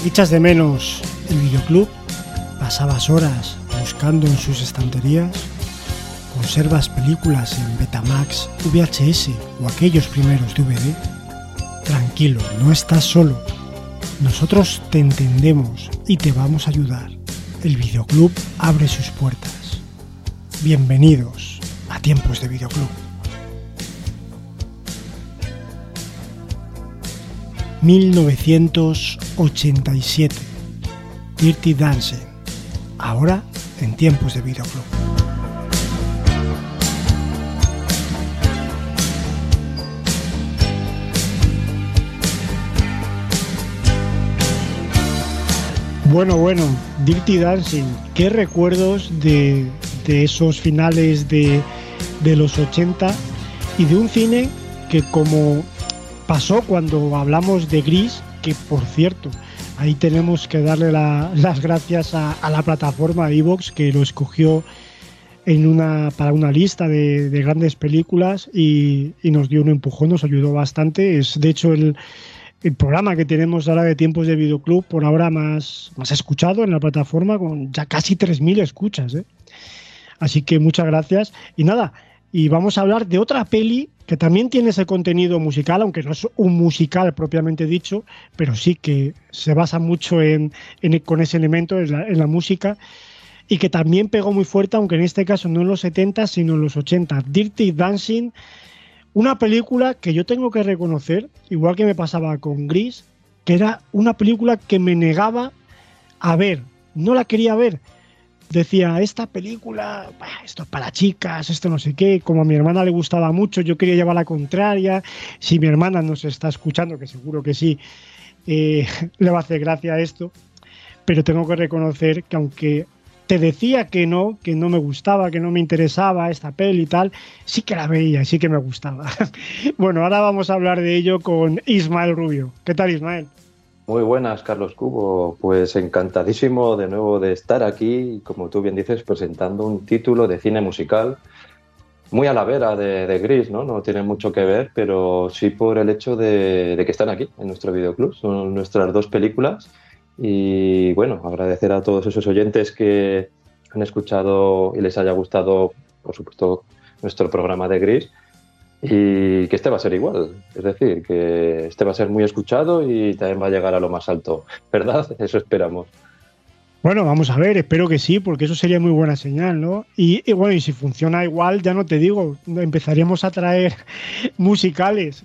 ¿Echas de menos el videoclub? ¿Pasabas horas buscando en sus estanterías? ¿Conservas películas en Betamax, VHS o aquellos primeros DVD? Tranquilo, no estás solo. Nosotros te entendemos y te vamos a ayudar. El videoclub abre sus puertas. Bienvenidos a Tiempos de Videoclub. 1987. Dirty Dancing. Ahora en Tiempos de Videoclub. Bueno, Dirty Dancing. ¿Qué recuerdos de esos finales de los 80 y de un cine que, como pasó cuando hablamos de Gris, que por cierto, ahí tenemos que darle las gracias a la plataforma iVoox, que lo escogió para una lista de grandes películas y nos dio un empujón, nos ayudó bastante. Es de hecho el programa que tenemos ahora de Tiempos de Videoclub por ahora más escuchado en la plataforma, con ya casi 3.000 escuchas, ¿eh? Así que muchas gracias. Y nada, y vamos a hablar de otra peli que también tiene ese contenido musical, aunque no es un musical propiamente dicho, pero sí que se basa mucho con ese elemento en la música, y que también pegó muy fuerte, aunque en este caso no en los 70, sino en los 80. Dirty Dancing, una película que yo tengo que reconocer, igual que me pasaba con Gris, que era una película que me negaba a ver, no la quería ver. Decía, esta película, esto es para chicas, esto no sé qué. Como a mi hermana le gustaba mucho, yo quería llevar la contraria. Si mi hermana nos está escuchando, que seguro que sí, le va a hacer gracia esto. Pero tengo que reconocer que aunque te decía que no me gustaba, que no me interesaba esta peli y tal, sí que la veía, sí que me gustaba. Bueno, ahora vamos a hablar de ello con Ismael Rubio. ¿Qué tal, Ismael? Muy buenas, Carlos Cubo. Pues encantadísimo de nuevo de estar aquí, como tú bien dices, presentando un título de cine musical muy a la vera de Gris, ¿no? No tiene mucho que ver, pero sí por el hecho de que están aquí en nuestro videoclub. Son nuestras dos películas y bueno, agradecer a todos esos oyentes que han escuchado y les haya gustado, por supuesto, nuestro programa de Gris. Y que este va a ser igual, es decir, que este va a ser muy escuchado y también va a llegar a lo más alto, ¿verdad? Eso esperamos. Bueno, vamos a ver, espero que sí, porque eso sería muy buena señal, ¿no? Y bueno, y si funciona igual, ya no te digo, empezaríamos a traer musicales,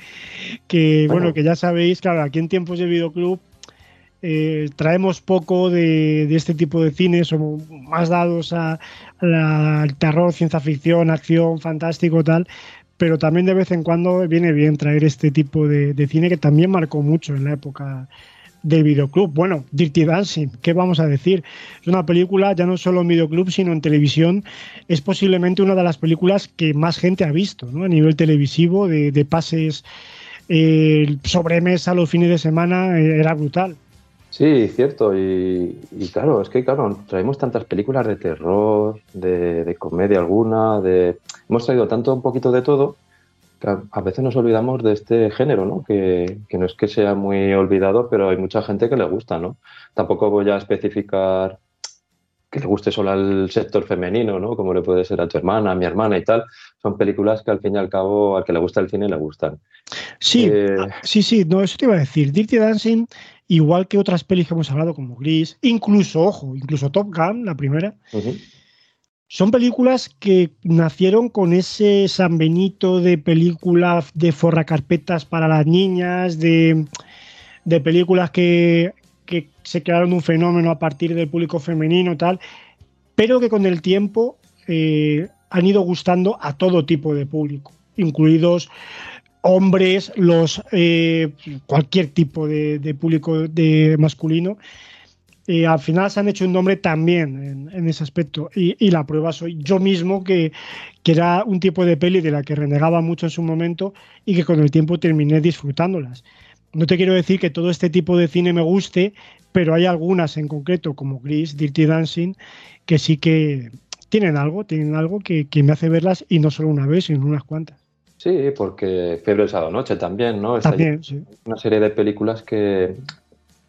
bueno, que ya sabéis, claro, aquí en Tiempos de Videoclub traemos poco de este tipo de cine, somos más dados al terror, ciencia ficción, acción, fantástico, tal. Pero también de vez en cuando viene bien traer este tipo de cine que también marcó mucho en la época del videoclub. Bueno, Dirty Dancing, ¿qué vamos a decir? Es una película ya no solo en videoclub, sino en televisión. Es posiblemente una de las películas que más gente ha visto, ¿no? A nivel televisivo, de pases sobremesa los fines de semana, era brutal. Sí, cierto. Y claro, es que claro, traemos tantas películas de terror, de comedia alguna, hemos traído tanto un poquito de todo, que a veces nos olvidamos de este género, ¿no? Que no es que sea muy olvidado, pero hay mucha gente que le gusta, ¿no? Tampoco voy a especificar que le guste solo al sector femenino, ¿no? Como le puede ser a tu hermana, a mi hermana y tal. Son películas que al fin y al cabo, al que le gusta el cine, le gustan. Sí, sí, no, eso te iba a decir. Dirty Dancing, igual que otras pelis que hemos hablado, como Gris, incluso Top Gun, la primera, son películas que nacieron con ese San Benito de película de forracarpetas para las niñas, de películas que se crearon un fenómeno a partir del público femenino y tal, pero que con el tiempo han ido gustando a todo tipo de público, incluidos hombres, cualquier tipo de público masculino. Al final se han hecho un nombre también en ese aspecto, y la prueba soy yo mismo, que era un tipo de peli de la que renegaba mucho en su momento y que con el tiempo terminé disfrutándolas. No te quiero decir que todo este tipo de cine me guste, pero hay algunas en concreto, como Gris, Dirty Dancing, que sí que tienen algo que me hace verlas, y no solo una vez, sino unas cuantas. Sí, porque Fiebre el sábado noche también, ¿no? También, sí. Una serie de películas que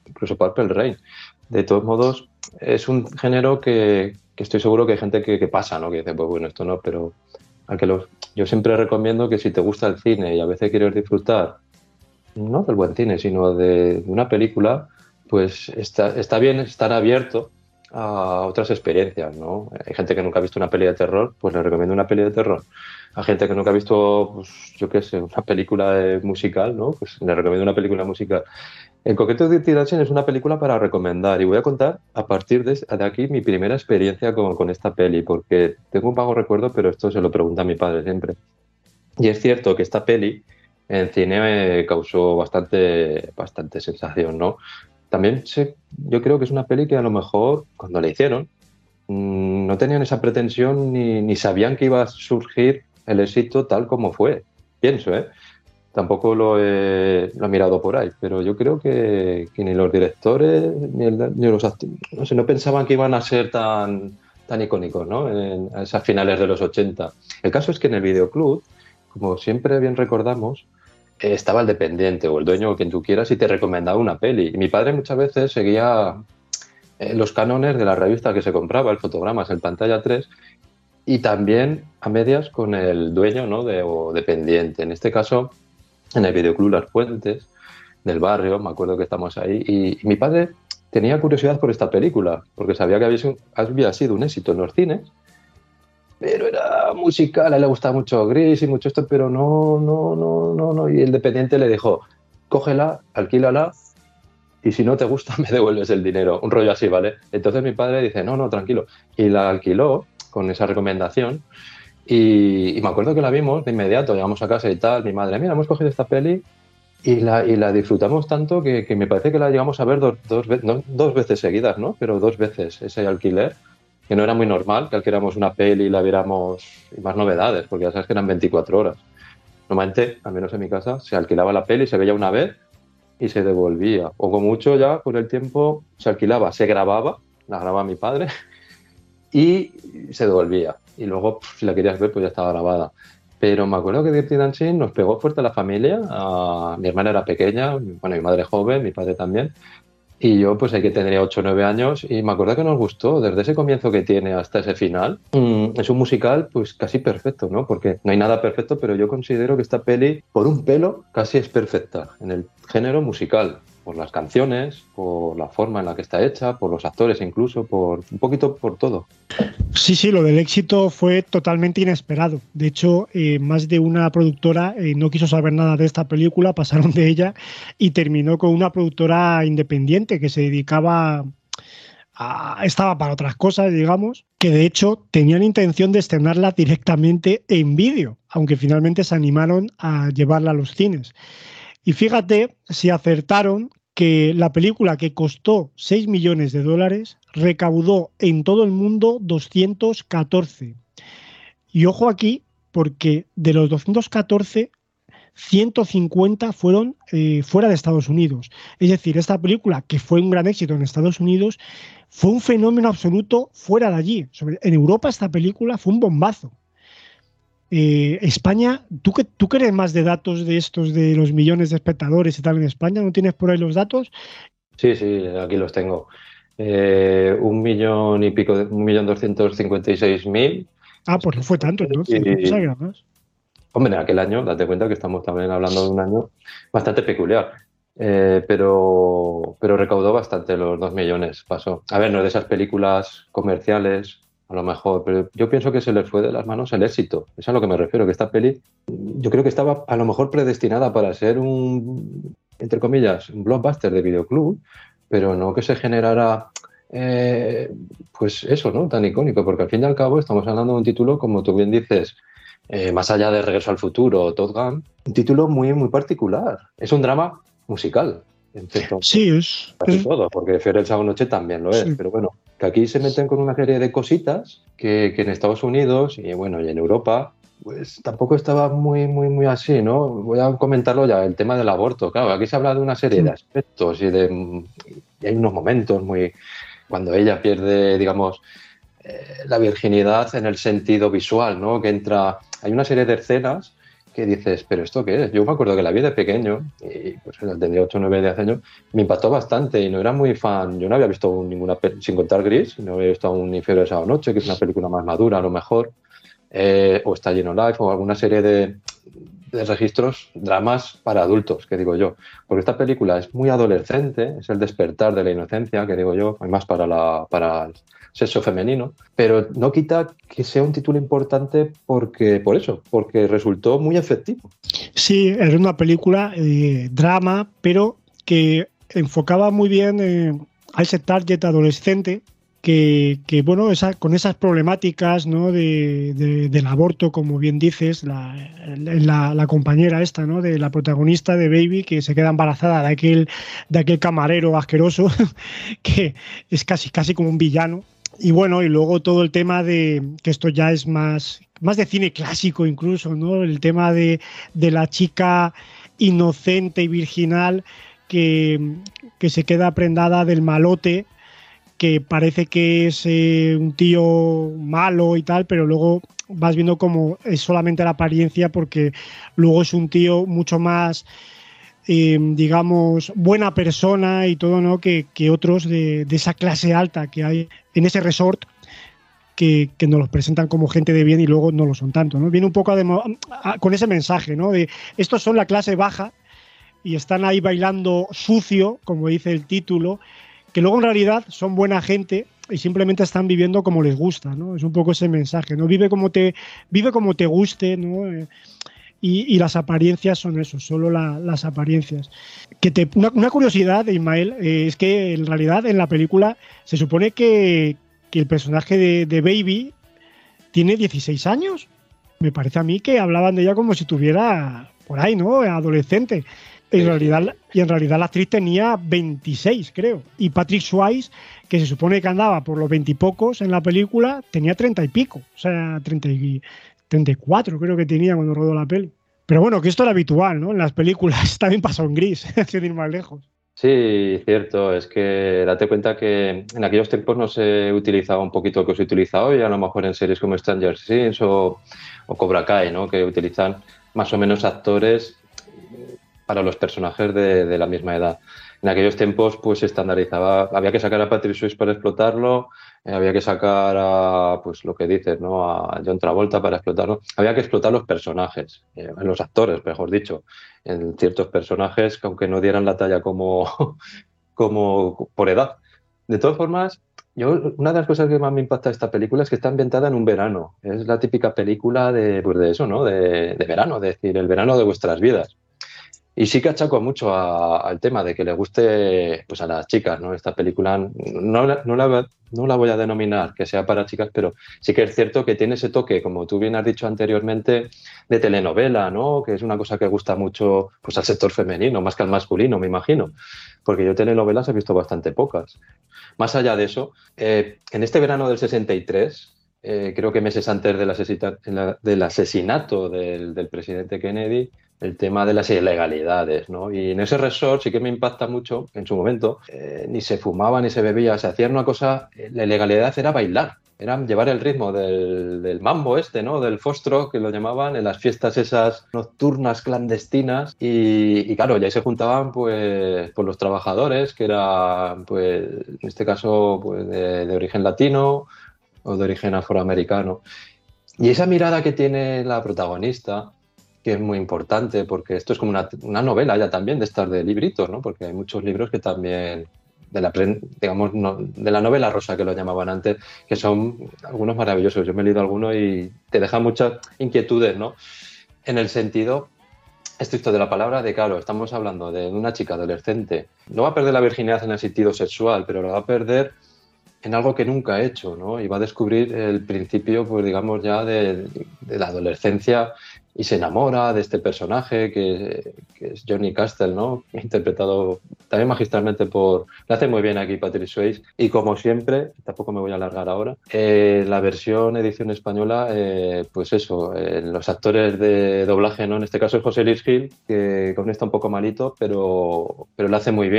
incluso Purple Rain. De todos modos, es un género que estoy seguro que hay gente que pasa, ¿no? Que dice, pues bueno, esto no, pero yo siempre recomiendo que si te gusta el cine y a veces quieres disfrutar, no del buen cine, sino de una película, pues está bien estar abierto a otras experiencias, ¿no? Hay gente que nunca ha visto una peli de terror, pues le recomiendo una peli de terror. A gente que nunca ha visto, pues, yo qué sé, una película musical, ¿no? Pues le recomiendo una película musical. En concreto, Dirty Dancing es una película para recomendar y voy a contar a partir de aquí mi primera experiencia con esta peli, porque tengo un vago recuerdo, pero esto se lo pregunta a mi padre siempre. Y es cierto que esta peli en cine me causó bastante sensación, ¿no? También yo creo que es una peli que a lo mejor cuando la hicieron no tenían esa pretensión ni sabían que iba a surgir el éxito tal como fue. Pienso, ¿eh? Tampoco lo he mirado por ahí, pero yo creo que ni los directores ni los actores, no sé, no pensaban que iban a ser tan icónicos, ¿no? A esas finales de los 80. El caso es que en el videoclub, como siempre bien recordamos, estaba el dependiente o el dueño o quien tú quieras y te recomendaba una peli. Y mi padre muchas veces seguía los cánones de la revista que se compraba, el Fotogramas, el Pantalla 3, y también a medias con el dueño, ¿no? o dependiente. En este caso, en el videoclub Las Fuentes del barrio, me acuerdo que estamos ahí, y mi padre tenía curiosidad por esta película, porque sabía que había sido un éxito en los cines, pero era musical, a él le gustaba mucho Gris y mucho esto, pero no, y el dependiente le dijo, cógela, alquílala, y si no te gusta me devuelves el dinero, un rollo así, ¿vale? Entonces mi padre dice, no, tranquilo, y la alquiló con esa recomendación, y me acuerdo que la vimos de inmediato, llegamos a casa y tal, mi madre, mira, hemos cogido esta peli, y la disfrutamos tanto que me parece que la llegamos a ver dos veces seguidas, ¿no? Pero 2 veces ese alquiler, que no era muy normal que alquiláramos una peli y la viéramos, y más novedades, porque ya sabes que eran 24 horas. Normalmente, al menos en mi casa, se alquilaba la peli, se veía una vez y se devolvía. O con mucho ya, por el tiempo, se alquilaba, se grababa, la grababa mi padre, y se devolvía. Y luego, si la querías ver, pues ya estaba grabada. Pero me acuerdo que Dirty Dancing nos pegó fuerte a la familia. Mi hermana era pequeña, bueno, mi madre joven, mi padre también. Y yo, pues ahí que tendría 8 o 9 años, y me acuerdo que nos gustó, desde ese comienzo que tiene hasta ese final. Es un musical, pues casi perfecto, ¿no? Porque no hay nada perfecto, pero yo considero que esta peli, por un pelo, casi es perfecta en el género musical. Por las canciones, por la forma en la que está hecha, por los actores incluso, por un poquito por todo. Sí, lo del éxito fue totalmente inesperado. De hecho, más de una productora no quiso saber nada de esta película, pasaron de ella y terminó con una productora independiente que se dedicaba estaba para otras cosas, digamos, que de hecho tenían intención de estrenarla directamente en vídeo, aunque finalmente se animaron a llevarla a los cines. Y fíjate si acertaron que la película, que costó $6 millones, recaudó en todo el mundo 214. Y ojo aquí, porque de los 214, 150 fueron fuera de Estados Unidos. Es decir, esta película, que fue un gran éxito en Estados Unidos, fue un fenómeno absoluto fuera de allí. En Europa esta película fue un bombazo. España, ¿tú qué eres más de datos de estos, de los millones de espectadores y tal en España? ¿No tienes por ahí los datos? Sí, aquí los tengo. 1 millón y pico, 1.256.000. Pues no fue tanto entonces, no sabía más. Hombre, en aquel año, date cuenta que estamos también hablando de un año bastante peculiar, pero recaudó bastante, los 2 millones pasó. A ver, no es de esas películas comerciales, a lo mejor, pero yo pienso que se les fue de las manos el éxito. Es a lo que me refiero, que esta peli yo creo que estaba a lo mejor predestinada para ser entre comillas, un blockbuster de videoclub, pero no que se generara pues eso, ¿no? Tan icónico, porque al fin y al cabo estamos hablando de un título, como tú bien dices, más allá de Regreso al Futuro o Top Gun, un título muy, muy particular. Es un drama musical. Sí, es todo, porque Fiebre del Sábado Noche también lo es, sí. Pero bueno, que aquí se meten con una serie de cositas que en Estados Unidos y bueno, y en Europa, pues tampoco estaba muy así, ¿no? Voy a comentarlo ya, el tema del aborto. Claro, aquí se habla de una serie de aspectos y hay unos momentos muy... Cuando ella pierde, digamos, la virginidad en el sentido visual, ¿no? Que entra... Hay una serie de escenas que dices, ¿pero esto qué es? Yo me acuerdo que la vi de pequeño, y pues tendría 8, 9, 10 años, me impactó bastante y no era muy fan. Yo no había visto ninguna, sin contar Gris, no había visto aún ni Fiebre de Sábado Noche, que es una película más madura a lo mejor, o Está Lleno Life, o alguna serie de registros, dramas para adultos, que digo yo. Porque esta película es muy adolescente, es el despertar de la inocencia, que digo yo, además para el sexo femenino, pero no quita que sea un título importante porque resultó muy efectivo. Sí, era una película drama, pero que enfocaba muy bien a ese target adolescente bueno, con esas problemáticas, ¿no? Del aborto, como bien dices, la compañera esta, ¿no? De la protagonista de Baby, que se queda embarazada de aquel camarero asqueroso que es casi como un villano. Y bueno, y luego todo el tema de que esto ya es más de cine clásico incluso, ¿no? El tema de la chica inocente y virginal que se queda prendada del malote, que parece que es un tío malo y tal, pero luego vas viendo como es solamente la apariencia, porque luego es un tío mucho más, digamos, buena persona y todo, ¿no? que otros de esa clase alta que hay en ese resort, que nos los presentan como gente de bien y luego no lo son tanto, ¿no? Viene un poco con ese mensaje, ¿no? De estos son la clase baja y están ahí bailando sucio, como dice el título, que luego en realidad son buena gente y simplemente están viviendo como les gusta, ¿no? Es un poco ese mensaje, ¿no? Vive como te guste, ¿no? Y las apariencias son eso, solo las apariencias. Una curiosidad, Ismael, es que en realidad en la película se supone que el personaje de Baby tiene 16 años. Me parece a mí que hablaban de ella como si tuviera por ahí, ¿no? Adolescente. En realidad la actriz tenía 26, creo. Y Patrick Swayze, que se supone que andaba por los 20 y pocos en la película, tenía 30 y pico. O sea, 34 creo que tenía cuando rodó la peli. Pero bueno, que esto era habitual, ¿no? En las películas también pasó en Gris, sin ir más lejos. Sí, cierto. Es que date cuenta que en aquellos tiempos no se utilizaba un poquito lo que se utiliza hoy, a lo mejor en series como Stranger Things o Cobra Kai, ¿no? Que utilizan más o menos actores para los personajes de la misma edad. En aquellos tiempos pues se estandarizaba, había que sacar a Patrick Swayze para explotarlo, había que sacar a, pues lo que dices, ¿no? A John Travolta para explotarlo, había que explotar los personajes, los actores, mejor dicho, en ciertos personajes que aunque no dieran la talla como por edad. De todas formas, una de las cosas que más me impacta de esta película es que está ambientada en un verano. Es la típica película pues de eso, ¿no? De verano, es decir, el verano de vuestras vidas. Y sí que achaco mucho al tema de que le guste pues a las chicas, ¿no? Esta película no la voy a denominar que sea para chicas, pero sí que es cierto que tiene ese toque, como tú bien has dicho anteriormente, de telenovela, ¿no? Que es una cosa que gusta mucho pues al sector femenino, más que al masculino, me imagino. Porque yo telenovelas he visto bastante pocas. Más allá de eso, en este verano del 63, creo que meses antes del asesinato del presidente Kennedy, el tema de las ilegalidades, ¿no? Y en ese resort sí que me impacta mucho, en su momento, ni se fumaba ni se bebía, se hacía una cosa, la ilegalidad era bailar, era llevar el ritmo del mambo este, ¿no? Del foxtrot, que lo llamaban, en las fiestas esas nocturnas clandestinas, y claro, ya ahí se juntaban pues los trabajadores, que eran, pues, en este caso, pues de origen latino o de origen afroamericano. Y esa mirada que tiene la protagonista, que es muy importante, porque esto es como una novela ya también de estas de libritos, ¿no? Porque hay muchos libros que también, digamos, de la novela rosa que lo llamaban antes, que son algunos maravillosos. Yo me he leído algunos y te deja muchas inquietudes, ¿no? En el sentido estricto de la palabra, de claro, estamos hablando de una chica adolescente. No va a perder la virginidad en el sentido sexual, pero la va a perder en algo que nunca ha hecho, ¿no? Y va a descubrir el principio, pues digamos, ya de la adolescencia, y se enamora de este personaje que es Johnny Castle, ¿no? Interpretado también magistralmente le hace muy bien aquí Patrick Swayze. Y como siempre, tampoco me voy a alargar ahora, la versión edición española, pues eso, los actores de doblaje, ¿no? En este caso es José Luis Gil, que con está un poco malito, pero lo hace muy bien.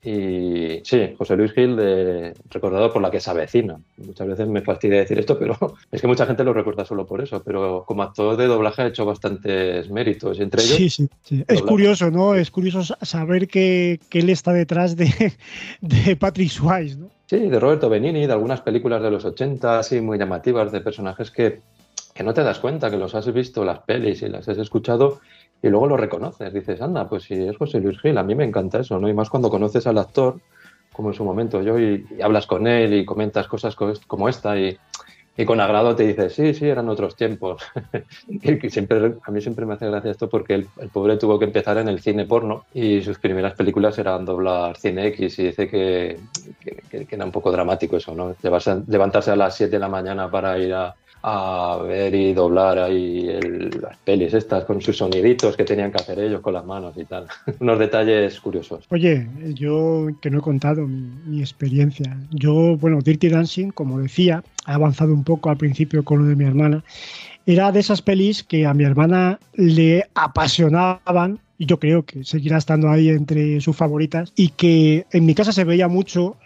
Y sí, José Luis Gil, recordado por La que se avecina. Muchas veces me fastidia decir esto, pero es que mucha gente lo recuerda solo por eso. Pero como actor de doblaje ha hecho bastantes méritos, entre ellos... Sí, sí, sí. Es curioso, ¿no? Es curioso saber que él está detrás de Patrick Swayze, ¿no? Sí, de Roberto Benigni, de algunas películas de los 80, así muy llamativas, de personajes que no te das cuenta, que los has visto las pelis y las has escuchado y luego los reconoces. Dices, anda, pues si es José Luis Gil, a mí me encanta eso, ¿no? Y más cuando conoces al actor, como en su momento yo, y hablas con él y comentas cosas como esta y con agrado te dices, sí, eran otros tiempos. Y siempre, a mí siempre me hace gracia esto porque el pobre tuvo que empezar en el cine porno y sus primeras películas eran doblar cine X y dice que era un poco dramático eso, ¿no? Levantarse a las 7 de la mañana para ir a ver y doblar ahí las pelis estas con sus soniditos que tenían que hacer ellos con las manos y tal. Unos detalles curiosos. Oye, yo que no he contado mi experiencia. Yo, bueno, Dirty Dancing, como decía, he avanzado un poco al principio con lo de mi hermana. Era de esas pelis que a mi hermana le apasionaban y yo creo que seguirá estando ahí entre sus favoritas y que en mi casa se veía mucho.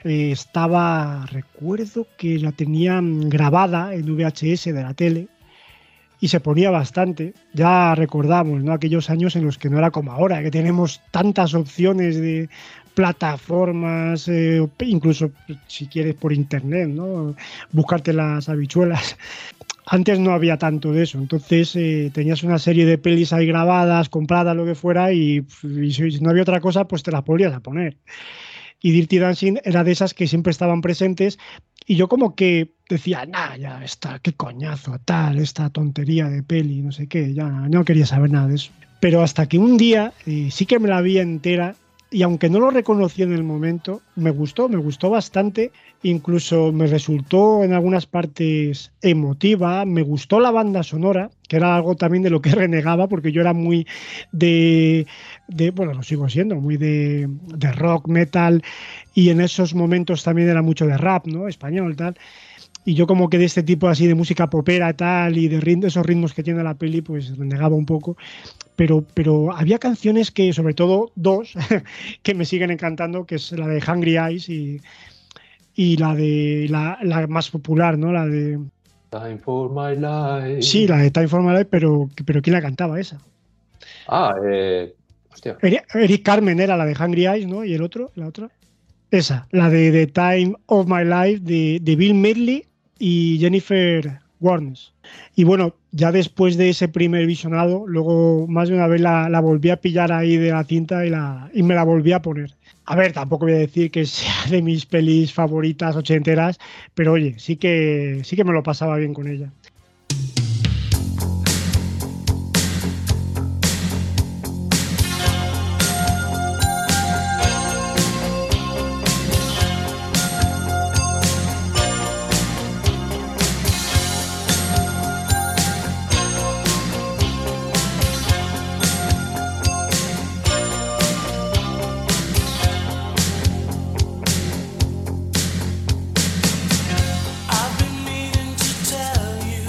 Recuerdo que la tenían grabada en VHS de la tele y se ponía bastante. Ya recordamos, ¿no? Aquellos años en los que no era como ahora, que tenemos tantas opciones de plataformas, incluso si quieres por internet, ¿no? Buscarte las habichuelas. Antes no había tanto de eso, entonces tenías una serie de pelis ahí grabadas, compradas, lo que fuera, y si no había otra cosa, pues te las volvías a poner. Y Dirty Dancing era de esas que siempre estaban presentes y yo como que decía, nah, ya está, qué coñazo, tal, esta tontería de peli, no sé qué, ya no quería saber nada de eso. Pero hasta que un día sí que me la vi entera y aunque no lo reconocí en el momento, me gustó bastante, incluso me resultó en algunas partes emotiva, me gustó la banda sonora, que era algo también de lo que renegaba, porque yo era muy bueno, lo sigo siendo, muy de rock, metal, y en esos momentos también era mucho de rap, ¿no? Español, tal. Y yo como que de este tipo así de música popera tal y de esos ritmos que tiene la peli, pues renegaba un poco. Pero había canciones que, sobre todo dos, que me siguen encantando, que es la de Hungry Eyes y la de la más popular, ¿no? La de Time for my life. Sí, la de Time for my life, pero ¿quién la cantaba esa? Hostia. Eric Carmen era la de Hungry Eyes, ¿no? Y la otra. Esa, la de The Time of My Life de Bill Medley y Jennifer Warnes. Y bueno, ya después de ese primer visionado, luego más de una vez la volví a pillar ahí de la cinta y me la volví a poner. A ver, tampoco voy a decir que sea de mis pelis favoritas ochenteras, pero oye, sí que me lo pasaba bien con ella. I've been meaning to tell you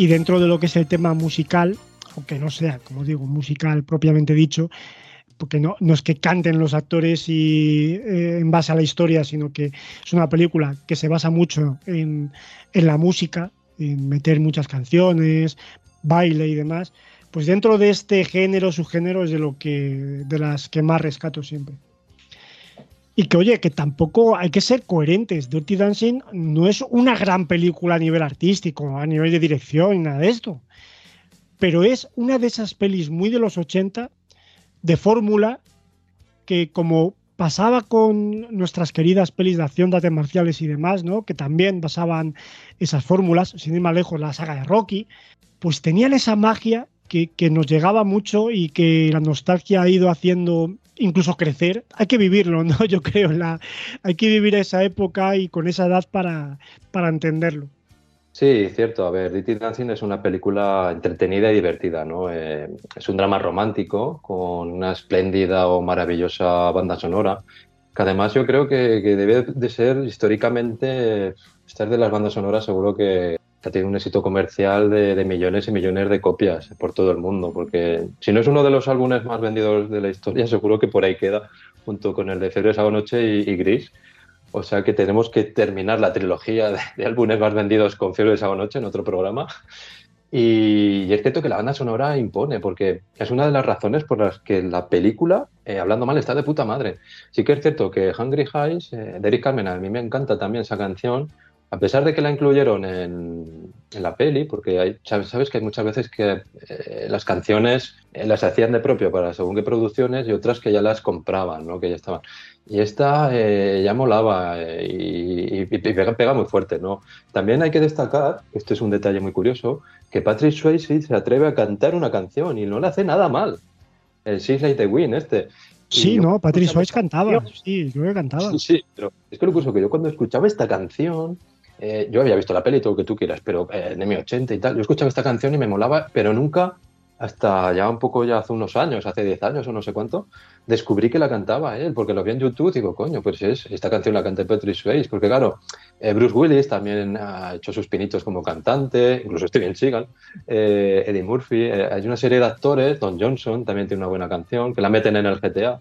y dentro de lo que es el tema musical, aunque no sea, como digo, musical propiamente dicho, porque no es que canten los actores en base a la historia, sino que es una película que se basa mucho en la música, en meter muchas canciones, baile y demás. Pues dentro de este género, subgénero, es de las que más rescato siempre. Y que, oye, que tampoco hay que ser coherentes. Dirty Dancing no es una gran película a nivel artístico, a nivel de dirección, y nada de esto. Pero es una de esas pelis muy de los 80 de fórmula que, como pasaba con nuestras queridas pelis de acción, de artes marciales y demás, ¿no? Que también basaban esas fórmulas, sin ir más lejos, la saga de Rocky, pues tenían esa magia que nos llegaba mucho y que la nostalgia ha ido haciendo incluso crecer. Hay que vivirlo, ¿no? Yo creo, hay que vivir esa época y con esa edad para entenderlo. Sí, cierto. A ver, Dirty Dancing es una película entretenida y divertida, ¿no? Es un drama romántico con una espléndida o maravillosa banda sonora, que además yo creo que debe de ser históricamente, estas de las bandas sonoras seguro que ha tenido un éxito comercial de millones y millones de copias por todo el mundo, porque si no es uno de los álbumes más vendidos de la historia, seguro que por ahí queda, junto con el de Fiebre esa noche y Gris. O sea que tenemos que terminar la trilogía de álbumes más vendidos con Fiebre de Sábado Noche en otro programa. Y es cierto que la banda sonora impone, porque es una de las razones por las que la película, hablando mal, está de puta madre. Sí que es cierto que Hungry Highs, de Eric Carmen, a mí me encanta también esa canción, a pesar de que la incluyeron en la peli, porque sabes que hay muchas veces que las canciones las hacían de propio para según qué producciones y otras que ya las compraban, ¿no? Que ya estaban. Y esta ya molaba y pega muy fuerte, ¿no? También hay que destacar, esto es un detalle muy curioso, que Patrick Swayze se atreve a cantar una canción y no le hace nada mal. El She's Like the Wind, este. Sí, no, Patrick Swayze cantaba. Sí, creo que cantaba. Sí, pero es que lo curioso que yo cuando escuchaba esta canción, yo había visto la peli, todo lo que tú quieras, pero en mi 80 y tal, yo escuchaba esta canción y me molaba, pero nunca, hasta ya un poco ya hace unos años, hace 10 años o no sé cuánto, descubrí que la cantaba él, porque lo vi en YouTube y digo, coño, pues esta canción la canta Patrick Swayze, porque claro, Bruce Willis también ha hecho sus pinitos como cantante, incluso Steven Seagal, Eddie Murphy, hay una serie de actores, Don Johnson también tiene una buena canción, que la meten en el GTA.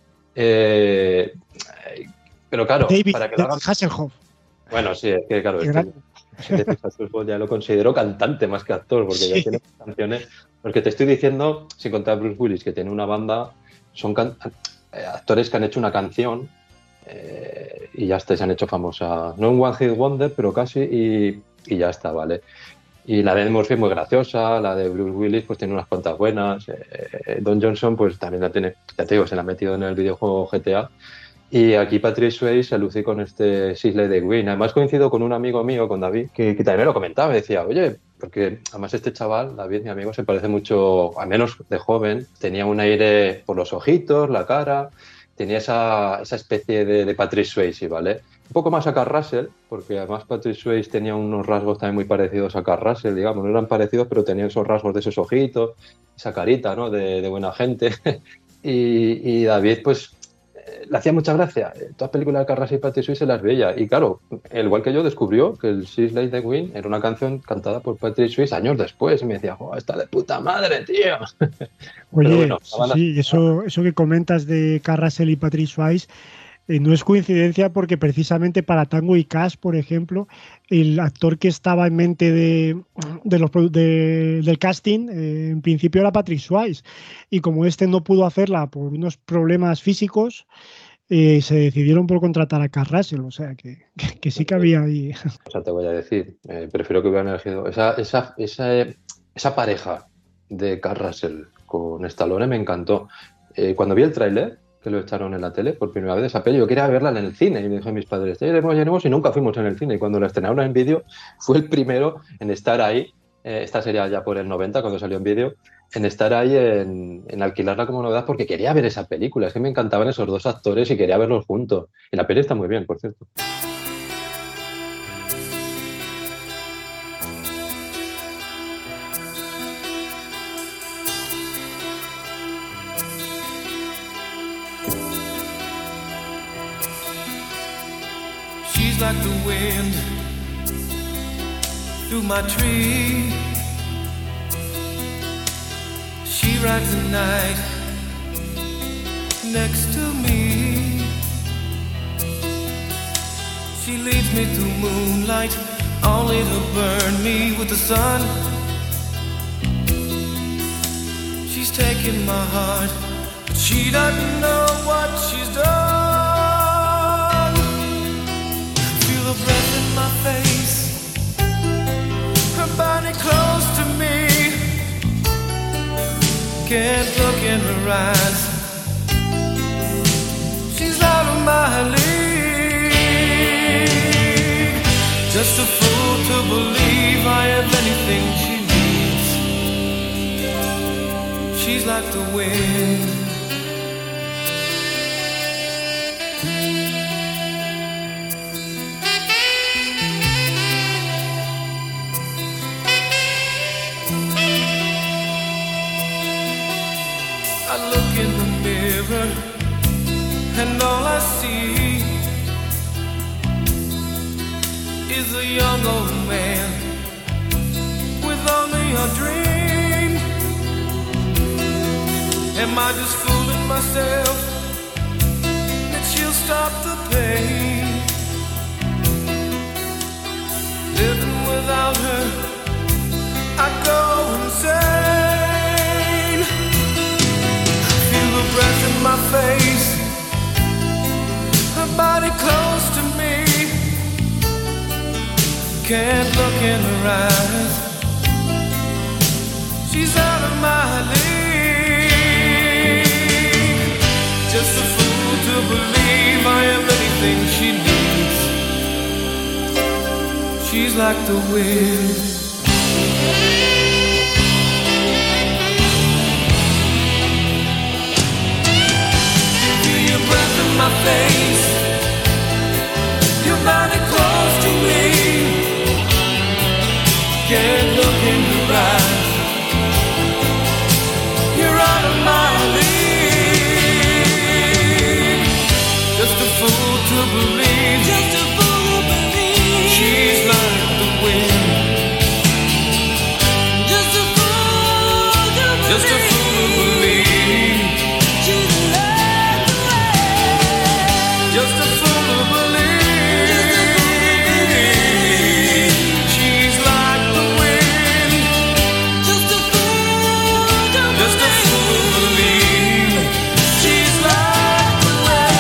Pero claro, David para que lo hagan... Hasselhoff. Bueno, sí, es que claro, ya lo considero cantante más que actor, porque ya tiene canciones. Porque te estoy diciendo, sin contar Bruce Willis, que tiene una banda, son actores que han hecho una canción y ya está, se han hecho famosas. No un One Hit Wonder, pero casi, y ya está, ¿vale? Y la de Murphy es muy graciosa, la de Bruce Willis pues tiene unas cuantas buenas. Don Johnson pues también la tiene, ya te digo, se la ha metido en el videojuego GTA. Y aquí Patrick Swayze se luce con este She's Like the Wind. Además coincido con un amigo mío, con David, que también me lo comentaba. Me decía, oye, porque además este chaval, David, mi amigo, se parece mucho, al menos de joven, tenía un aire por los ojitos, la cara, tenía esa especie de Patrick Swayze, ¿vale? Un poco más a Kurt Russell, porque además Patrick Swayze tenía unos rasgos también muy parecidos a Kurt Russell, digamos, no eran parecidos, pero tenían esos rasgos de esos ojitos, esa carita, ¿no? De buena gente. y David, pues, le hacía mucha gracia. Todas las películas de Kurt Russell y Patrick Swayze se las veía. Y claro, igual que yo, descubrió que el She's Like the Wind era una canción cantada por Patrick Swayze años después. Y me decía, ¡oh, está de puta madre, tío! Oye, bueno, sí, eso que comentas de Kurt Russell y Patrick Swayze no es coincidencia, porque precisamente para Tango y Cash, por ejemplo, el actor que estaba en mente del casting, en principio era Patrick Swayze, y como este no pudo hacerla por unos problemas físicos, se decidieron por contratar a Kurt Russell, o sea que sí que había ahí. O sea, te voy a decir, prefiero que hubieran elegido esa pareja de Kurt Russell con Stallone, me encantó. Cuando vi el tráiler, que lo echaron en la tele por primera vez, esa peli, yo quería verla en el cine, y me dijeron mis padres, ya iremos, y nunca fuimos en el cine, y cuando la estrenaron en vídeo, fue el primero en estar ahí, esta sería ya por el 90, cuando salió en vídeo, en estar ahí, en alquilarla como novedad, porque quería ver esa película, es que me encantaban esos dos actores y quería verlos juntos, y la peli está muy bien, por cierto. Like the wind through my tree, She rides the night next to me. She leads me through moonlight, only to burn me with the sun. She's taking my heart, but she doesn't know what she's done. Feel her breath in my face, her body close to me. Can't look in her eyes, she's out of my league. Just a fool to believe I have anything she needs. She's like the wind. I look in the mirror and all I see is a young old man with only a dream. Am I just fooling myself that she'll stop the pain? Living without her, I go insane. Feel her breath in my face, her body close to me. Can't look in her eyes, she's out of my league. Just a fool to believe I have anything she needs. She's like the wind. Feel your breath in my face, your body close to me. Can't look in your eyes, you're out of my league. Just a fool to believe, just a fool to believe. She's like the wind. Just a fool to believe, just a fool to believe. She's like the wind. Just a fool to believe. She's like the wind. Just a fool to believe. She's like the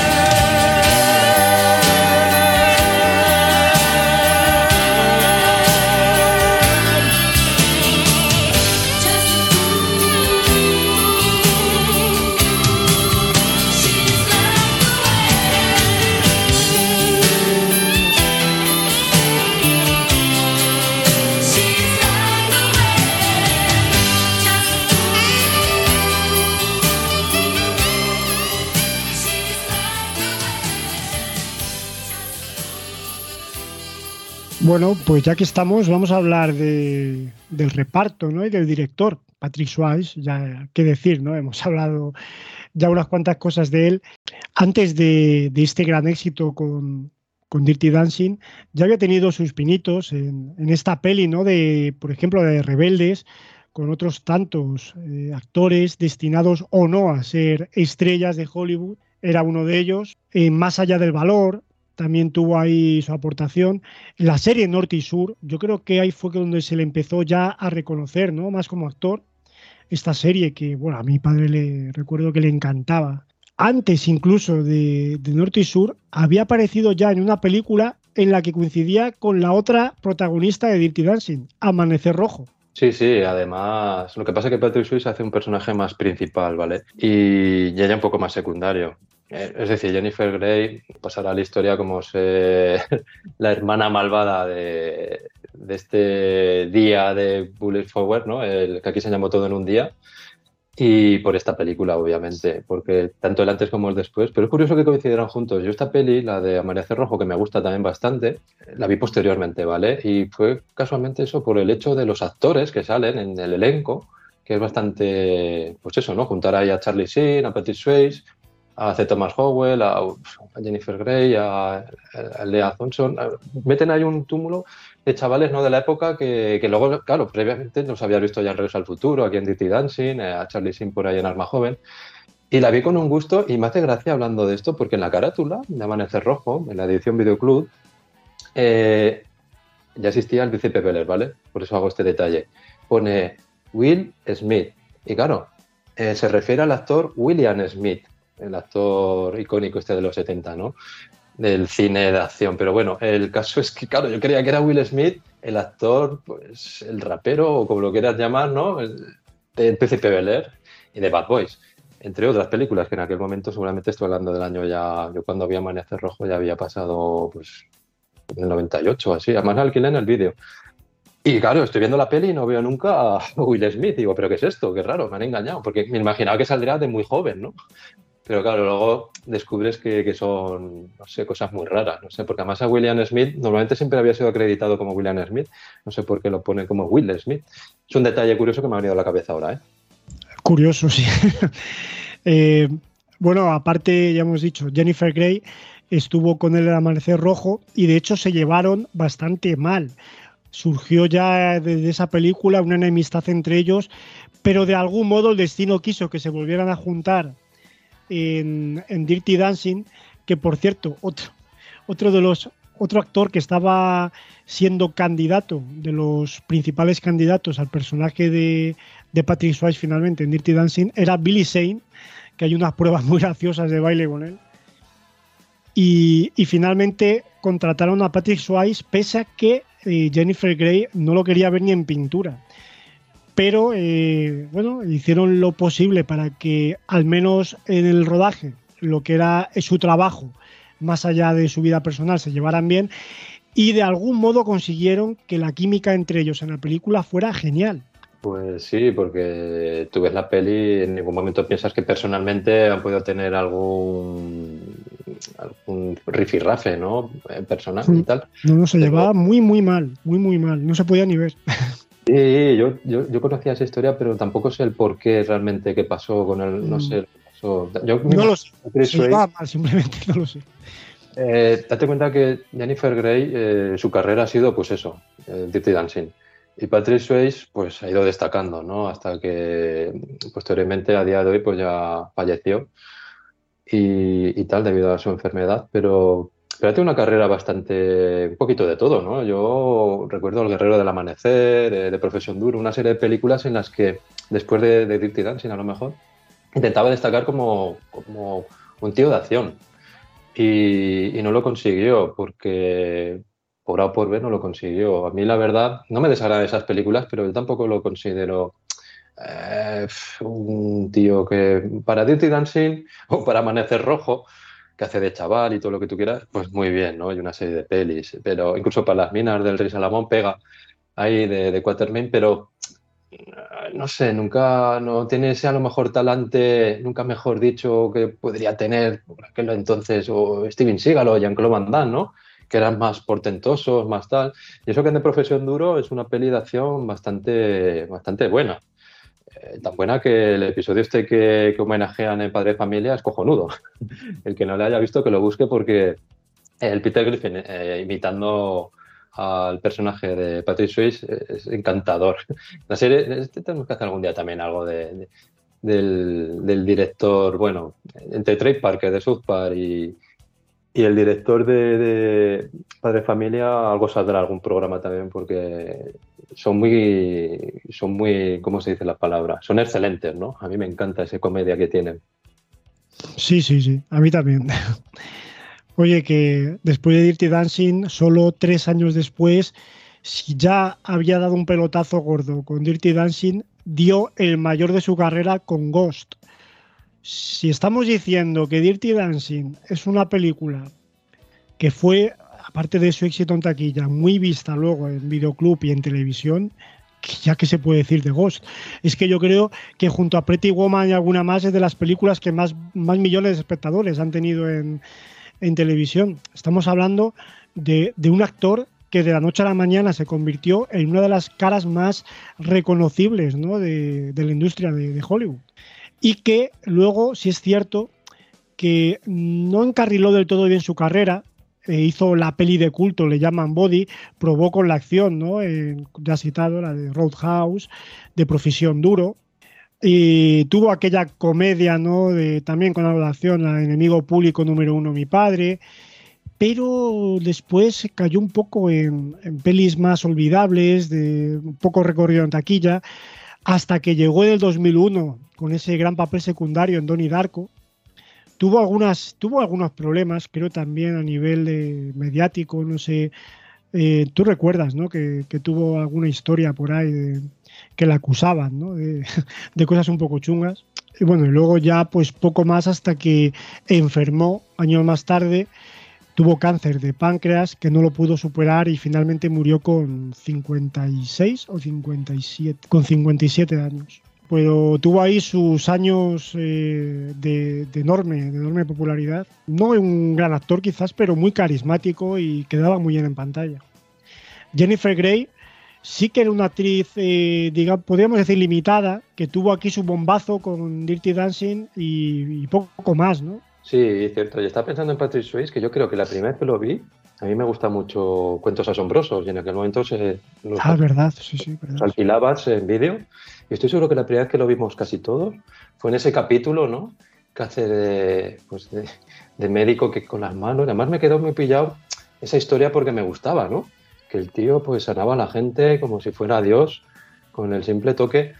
Bueno, pues ya que estamos, vamos a hablar del reparto, ¿no? Y del director, Patrick Swayze, ya qué decir, ¿no? Hemos hablado ya unas cuantas cosas de él. Antes de este gran éxito con Dirty Dancing, ya había tenido sus pinitos en esta peli, ¿no? Por ejemplo, de Rebeldes, con otros tantos actores destinados o no a ser estrellas de Hollywood. Era uno de ellos. Más allá del valor, también tuvo ahí su aportación. La serie Norte y Sur, yo creo que ahí fue donde se le empezó ya a reconocer, ¿no? Más como actor. Esta serie que, bueno, a mi padre recuerdo que le encantaba. Antes incluso de Norte y Sur, había aparecido ya en una película en la que coincidía con la otra protagonista de Dirty Dancing, Amanecer Rojo. Sí, sí, además, lo que pasa es que Patrick Swayze hace un personaje más principal, ¿vale? Y ella un poco más secundario. Es decir, Jennifer Grey pasará a la historia como la hermana malvada de este día de Bullet Forward, ¿no? El que aquí se llamó Todo en un día. Y por esta película, obviamente, porque tanto el antes como el después. Pero es curioso que coincidieran juntos. Yo esta peli, la de Amanecer Rojo, que me gusta también bastante, la vi posteriormente, ¿vale? Y fue casualmente eso por el hecho de los actores que salen en el elenco, que es bastante, pues eso, ¿no? Juntar ahí a Charlie Sheen, a Patrick Swayze, a C. Thomas Howell, a Jennifer Grey, a Lea Thompson. Meten ahí un túmulo de chavales, ¿no? De la época que luego, claro, previamente nos había visto ya en Regreso al Futuro, aquí en Dirty Dancing, a Charlie Sheen por ahí en Arma Joven. Y la vi con un gusto y me hace gracia hablando de esto porque en la carátula de Amanecer Rojo, en la edición Videoclub, ya existía el Príncipe Bel Air, ¿vale? Por eso hago este detalle. Pone Will Smith. Y claro, se refiere al actor William Smith, el actor icónico este de los 70, ¿no? Del cine de acción. Pero bueno, el caso es que, claro, yo creía que era Will Smith, el actor, pues el rapero, o como lo quieras llamar, ¿no? Del Príncipe Bel Air y de Bad Boys. Entre otras películas que en aquel momento, seguramente estoy hablando del año ya, yo cuando vi Amanecer Rojo ya había pasado, pues, en el 98 o así, además alquilé en el vídeo. Y claro, estoy viendo la peli y no veo nunca a Will Smith. Digo, ¿pero qué es esto? Qué raro, me han engañado. Porque me imaginaba que saldría de muy joven, ¿no? Pero claro, luego descubres que son, no sé, cosas muy raras. No sé, porque además a William Smith normalmente siempre había sido acreditado como William Smith. No sé por qué lo pone como Will Smith. Es un detalle curioso que me ha venido a la cabeza ahora, ¿eh? Curioso, sí. Bueno, aparte, ya hemos dicho, Jennifer Grey estuvo con él en Amanecer Rojo y de hecho se llevaron bastante mal. Surgió ya desde esa película una enemistad entre ellos, pero de algún modo el destino quiso que se volvieran a juntar en Dirty Dancing, que por cierto, otro actor que estaba siendo candidato, de los principales candidatos al personaje de Patrick Swayze finalmente en Dirty Dancing, era Billy Zane, que hay unas pruebas muy graciosas de baile con él. Y finalmente contrataron a Patrick Swayze, pese a que Jennifer Grey no lo quería ver ni en pintura. Pero bueno, hicieron lo posible para que al menos en el rodaje, lo que era su trabajo, más allá de su vida personal, se llevaran bien, y de algún modo consiguieron que la química entre ellos en la película fuera genial. Pues sí, porque tú ves la peli y en ningún momento piensas que personalmente han podido tener algún rifirrafe, ¿no? Personal y tal. No, se llevaba muy mal, muy mal. No se podía ni ver. Sí, yo conocía esa historia, pero tampoco sé el por qué realmente qué pasó con él. No sé. No lo sé. Se llevaba mal, simplemente no lo sé. Date cuenta que Jennifer Grey, su carrera ha sido, pues eso, Dirty Dancing. Y Patrick Swayze pues ha ido destacando, ¿no? Hasta que posteriormente a día de hoy pues ya falleció y tal debido a su enfermedad, pero ha tenido una carrera bastante, un poquito de todo, ¿no? Yo recuerdo El Guerrero del Amanecer, de Profesión Duro, una serie de películas en las que después de Dirty Dancing a lo mejor intentaba destacar como un tío de acción y no lo consiguió porque por A o por B no lo consiguió. A mí, la verdad, no me desagradan esas películas, pero yo tampoco lo considero un tío que para Dirty Dancing o para Amanecer Rojo, que hace de chaval y todo lo que tú quieras, pues muy bien, ¿no? Y una serie de pelis. Pero incluso para Las Minas del Rey Salomón pega ahí de Quatermain, pero no sé, nunca no tiene ese a lo mejor talante, nunca mejor dicho, que podría tener por aquel entonces o Steven Seagal o Jean-Claude Van Damme, ¿no? Que eran más portentosos, más tal. Y eso que en De Profesión Duro es una peli de acción bastante buena. Tan buena que el episodio este que homenajean en Padre de Familia es cojonudo. El que no le haya visto que lo busque porque el Peter Griffin imitando al personaje de Patrick Swayze es encantador. La serie, tenemos que hacer algún día también algo del director, bueno, entre Trey Parker de South Park y el director de Padre Familia, algo saldrá, algún programa también, porque son muy, ¿cómo se dice la palabra? Son excelentes, ¿no? A mí me encanta esa comedia que tienen. Sí, a mí también. Oye, que después de Dirty Dancing, solo 3 años después, si ya había dado un pelotazo gordo con Dirty Dancing, dio el mayor de su carrera con Ghost. Si estamos diciendo que Dirty Dancing es una película que fue, aparte de su éxito en taquilla, muy vista luego en videoclub y en televisión, ya que se puede decir de Ghost, es que yo creo que junto a Pretty Woman y alguna más es de las películas que más millones de espectadores han tenido en televisión. Estamos hablando de un actor que de la noche a la mañana se convirtió en una de las caras más reconocibles, ¿no? de la industria de Hollywood. Y que luego, sí es cierto, que no encarriló del todo bien su carrera, hizo la peli de culto, le llaman Body, probó con la acción, ¿no? Ya citado, la de Roadhouse, de Profesión Duro. Y tuvo aquella comedia, ¿no? También con algo de acción, la Enemigo Público número 1, Mi Padre. Pero después cayó un poco en pelis más olvidables, de un poco recorrido en taquilla, hasta que llegó en el 2001 con ese gran papel secundario en Donnie Darko. Tuvo algunos problemas, creo también a nivel mediático, no sé. Tú recuerdas, ¿no? Que tuvo alguna historia por ahí que la acusaban, ¿no? De cosas un poco chungas. Y bueno, y luego ya pues poco más hasta que enfermó años más tarde. Tuvo cáncer de páncreas que no lo pudo superar y finalmente murió con 56 o 57, con 57 años. Pero tuvo ahí sus años de enorme popularidad. No un gran actor quizás, pero muy carismático y quedaba muy bien en pantalla. Jennifer Grey sí que era una actriz, digamos, podríamos decir limitada, que tuvo aquí su bombazo con Dirty Dancing y poco más, ¿no? Sí, cierto. Y estaba pensando en Patrick Swayze, que yo creo que la primera vez que lo vi, a mí me gusta mucho Cuentos Asombrosos, y en aquel momento es verdad, sí, verdad. Los alquilabas en vídeo. Y estoy seguro que la primera vez que lo vimos casi todos fue en ese capítulo, ¿no? Que hace de médico que con las manos. Además me quedó muy pillado esa historia porque me gustaba, ¿no? Que el tío pues sanaba a la gente como si fuera Dios con el simple toque.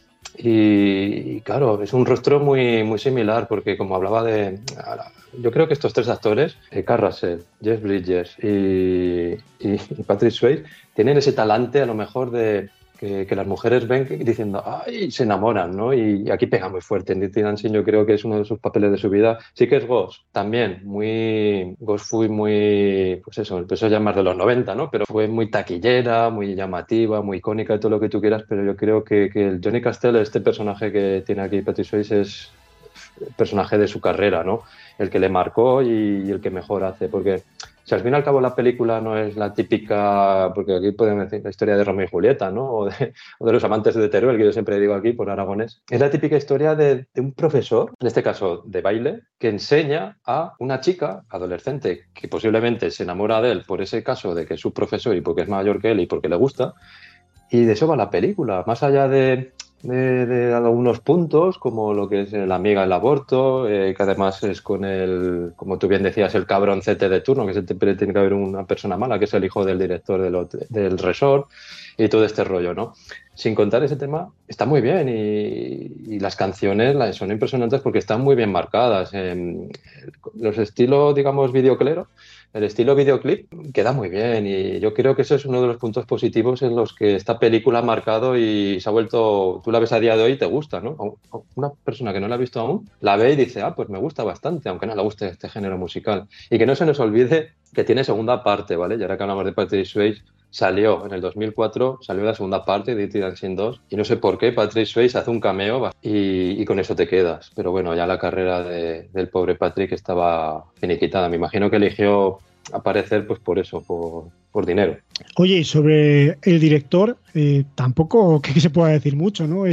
Y claro, es un rostro muy, muy similar porque como hablaba yo creo que estos tres actores, Carl Russell, Jeff Bridges y Patrick Swayze, tienen ese talante a lo mejor de que las mujeres ven diciendo ¡ay! Se enamoran, ¿no? Y aquí pega muy fuerte. En Dirty Dancing yo creo que es uno de sus papeles de su vida. Sí que es Ghost, también. Ghost fue muy, pues eso ya más de los 90, ¿no? Pero fue muy taquillera, muy llamativa, muy icónica y todo lo que tú quieras, pero yo creo que el Johnny Castell, este personaje que tiene aquí Patrick Swayze, es el personaje de su carrera, ¿no? El que le marcó y el que mejor hace, porque si al fin y al cabo la película no es la típica, porque aquí podemos decir la historia de Romeo y Julieta, ¿no? O de los amantes de Teruel, que yo siempre digo aquí por aragonés. Es la típica historia de un profesor, en este caso de baile, que enseña a una chica adolescente que posiblemente se enamora de él por ese caso de que es su profesor y porque es mayor que él y porque le gusta. Y de eso va la película, más allá de algunos puntos, como lo que es la amiga del aborto, que además es con como tú bien decías, el cabroncete de turno, que siempre tiene que haber una persona mala, que es el hijo del director del resort, y todo este rollo, ¿no? Sin contar ese tema, está muy bien y las canciones son impresionantes porque están muy bien marcadas. Los estilos, digamos, videoclero, el estilo videoclip queda muy bien y yo creo que ese es uno de los puntos positivos en los que esta película ha marcado y se ha vuelto, tú la ves a día de hoy y te gusta, ¿no? Una persona que no la ha visto aún la ve y dice, pues me gusta bastante, aunque no le guste este género musical. Y que no se nos olvide que tiene segunda parte, ¿vale? Y ahora que hablamos de Patrick Swayze, salió en el 2004, salió la segunda parte de Dirty Dancing 2 y no sé por qué Patrick Swayze hace un cameo y con eso te quedas. Pero bueno, ya la carrera del pobre Patrick estaba finiquitada. Me imagino que eligió aparecer pues por eso, por dinero. Oye, y sobre el director, tampoco que se pueda decir mucho, ¿no?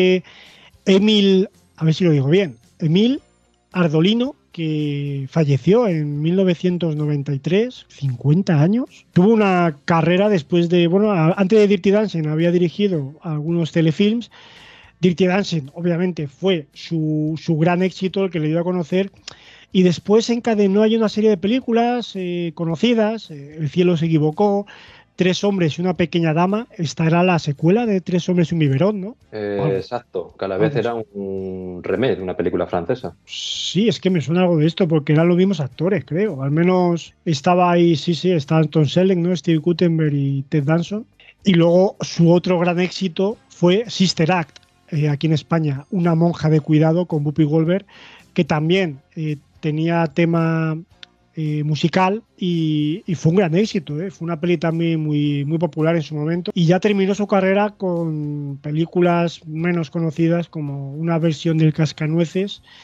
Emil, a ver si lo digo bien, Emil Ardolino, que falleció en 1993, 50 años. Tuvo una carrera después antes de Dirty Dancing había dirigido algunos telefilms. Dirty Dancing, obviamente, fue su gran éxito, el que le dio a conocer. Y después encadenó ahí una serie de películas conocidas. El cielo se equivocó, Tres hombres y una pequeña dama. Esta era la secuela de Tres hombres y un biberón, ¿no? Exacto, que a la vez era un remake de una película francesa. Sí, es que me suena algo de esto, porque eran los mismos actores, creo. Al menos estaba ahí, estaba Tom Selleck, ¿no? Steve Guttenberg y Ted Danson. Y luego su otro gran éxito fue Sister Act, aquí en España. Una monja de cuidado con Whoopi Goldberg, que también tenía tema musical y fue un gran éxito, fue una peli también muy, muy popular en su momento y ya terminó su carrera con películas menos conocidas como una versión del Cascanueces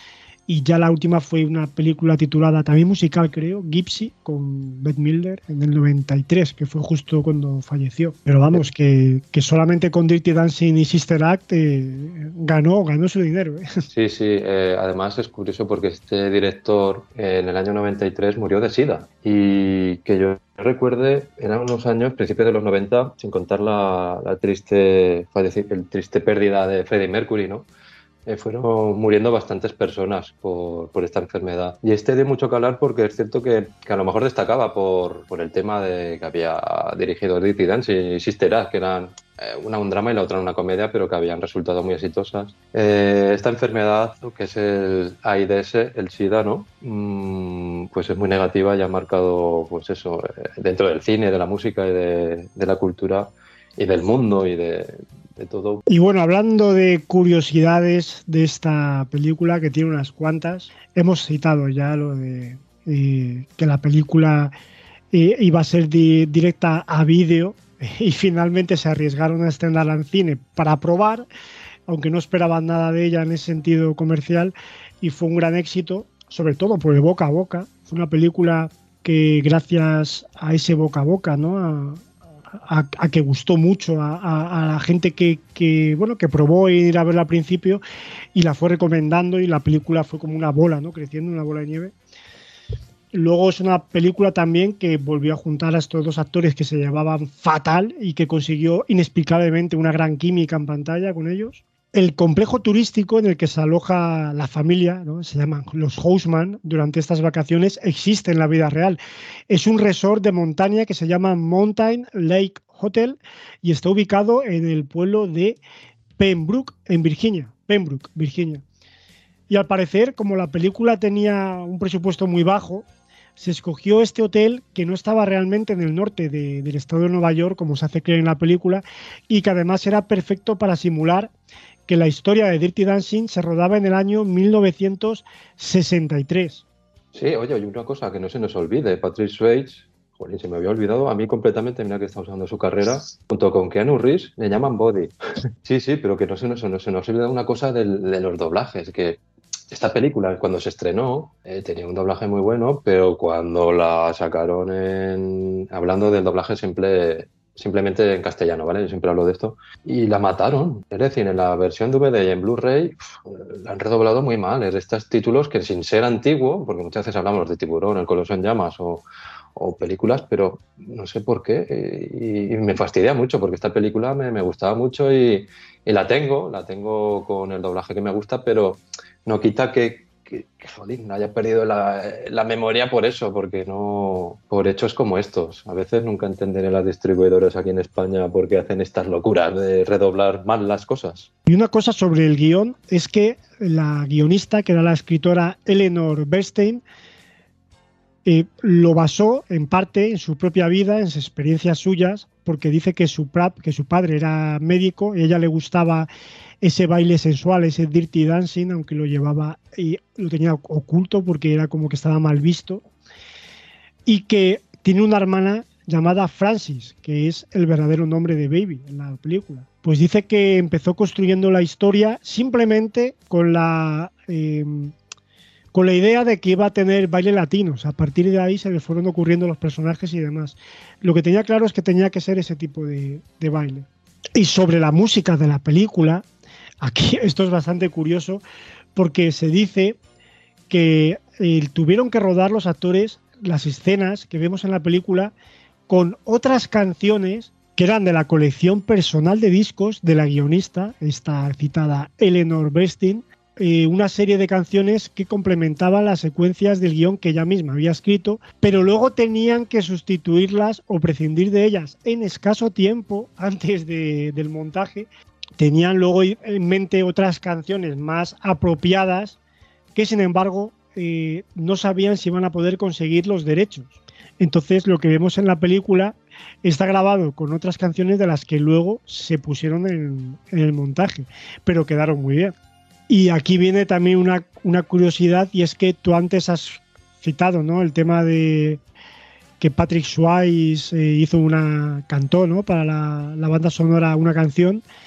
y ya la última fue una película titulada, también musical creo, Gypsy, con Bette Midler en el 93, que fue justo cuando falleció. Pero vamos, que solamente con Dirty Dancing y Sister Act ganó su dinero. Sí, sí, además es curioso porque este director en el año 93 murió de SIDA y que yo recuerde, eran unos años, principios de los 90, sin contar el triste pérdida de Freddie Mercury, ¿no? Fueron muriendo bastantes personas por esta enfermedad. Y este dio mucho que hablar porque es cierto que a lo mejor destacaba por el tema de que había dirigido Dirty Dancing y Sister Act, que eran una un drama y la otra una comedia, pero que habían resultado muy exitosas. Esta enfermedad, que es el AIDS, el SIDA, ¿no? Pues es muy negativa y ha marcado, pues eso, dentro del cine, de la música y de la cultura y del mundo y de todo. Y bueno, hablando de curiosidades de esta película, que tiene unas cuantas, hemos citado ya lo de que la película iba a ser directa a vídeo y finalmente se arriesgaron a estrenarla en cine para probar, aunque no esperaban nada de ella en ese sentido comercial, y fue un gran éxito, sobre todo por el boca a boca. Fue una película que gracias a ese boca a boca, ¿no? A que gustó mucho a la gente que probó ir a verla al principio y la fue recomendando, y la película fue como una bola, ¿no? Creciendo, una bola de nieve. Luego es una película también que volvió a juntar a estos dos actores que se llevaban fatal y que consiguió inexplicablemente una gran química en pantalla con ellos. El complejo turístico en el que se aloja la familia, ¿no? Se llaman los Houseman durante estas vacaciones, existe en la vida real. Es un resort de montaña que se llama Mountain Lake Hotel y está ubicado en el pueblo de Pembroke, en Virginia. Pembroke, Virginia. Y al parecer, como la película tenía un presupuesto muy bajo, se escogió este hotel que no estaba realmente en el norte del estado de Nueva York, como se hace creer en la película, y que además era perfecto para simular que la historia de Dirty Dancing se rodaba en el año 1963. Sí, oye, hay una cosa que no se nos olvide. Patrick Swayze, joder, se me había olvidado a mí completamente, mira que está usando su carrera, junto con Keanu Reeves, le llaman Body. Sí, pero que no se nos olvida una cosa de los doblajes, que esta película, cuando se estrenó, tenía un doblaje muy bueno, pero cuando la sacaron hablando del doblaje simplemente en castellano, ¿vale? Yo siempre hablo de esto. Y la mataron. Es decir, en la versión DVD y en Blu-ray la han redoblado muy mal. Es de estos títulos que, sin ser antiguo, porque muchas veces hablamos de Tiburón, El Coloso en Llamas o películas, pero no sé por qué. Y me fastidia mucho porque esta película me gustaba mucho y la tengo con el doblaje que me gusta, pero no quita que jolín, haya perdido la memoria por eso, porque no por hechos como estos. A veces nunca entenderé las distribuidoras aquí en España por qué hacen estas locuras de redoblar mal las cosas. Y una cosa sobre el guión es que la guionista, que era la escritora Eleanor Bernstein, lo basó en parte en su propia vida, en sus experiencias suyas, porque dice que su padre era médico y a ella le gustaba ese baile sensual, ese dirty dancing, aunque lo llevaba y lo tenía oculto porque era como que estaba mal visto, y que tiene una hermana llamada Francis, que es el verdadero nombre de Baby en la película. Pues dice que empezó construyendo la historia simplemente con la idea de que iba a tener baile latinos. A partir de ahí se le fueron ocurriendo los personajes y demás. Lo que tenía claro es que tenía que ser ese tipo de baile. Y sobre la música de la película, aquí esto es bastante curioso, porque se dice que tuvieron que rodar los actores las escenas que vemos en la película con otras canciones que eran de la colección personal de discos de la guionista, esta citada Eleanor Bernstein, una serie de canciones que complementaban las secuencias del guión que ella misma había escrito, pero luego tenían que sustituirlas o prescindir de ellas en escaso tiempo antes del montaje. Tenían luego en mente otras canciones más apropiadas que, sin embargo, no sabían si iban a poder conseguir los derechos. Entonces, lo que vemos en la película está grabado con otras canciones de las que luego se pusieron en el montaje, pero quedaron muy bien. Y aquí viene también una curiosidad, y es que tú antes has citado, ¿no?, el tema de que Patrick Swayze cantó, ¿no?, para la banda sonora una canción.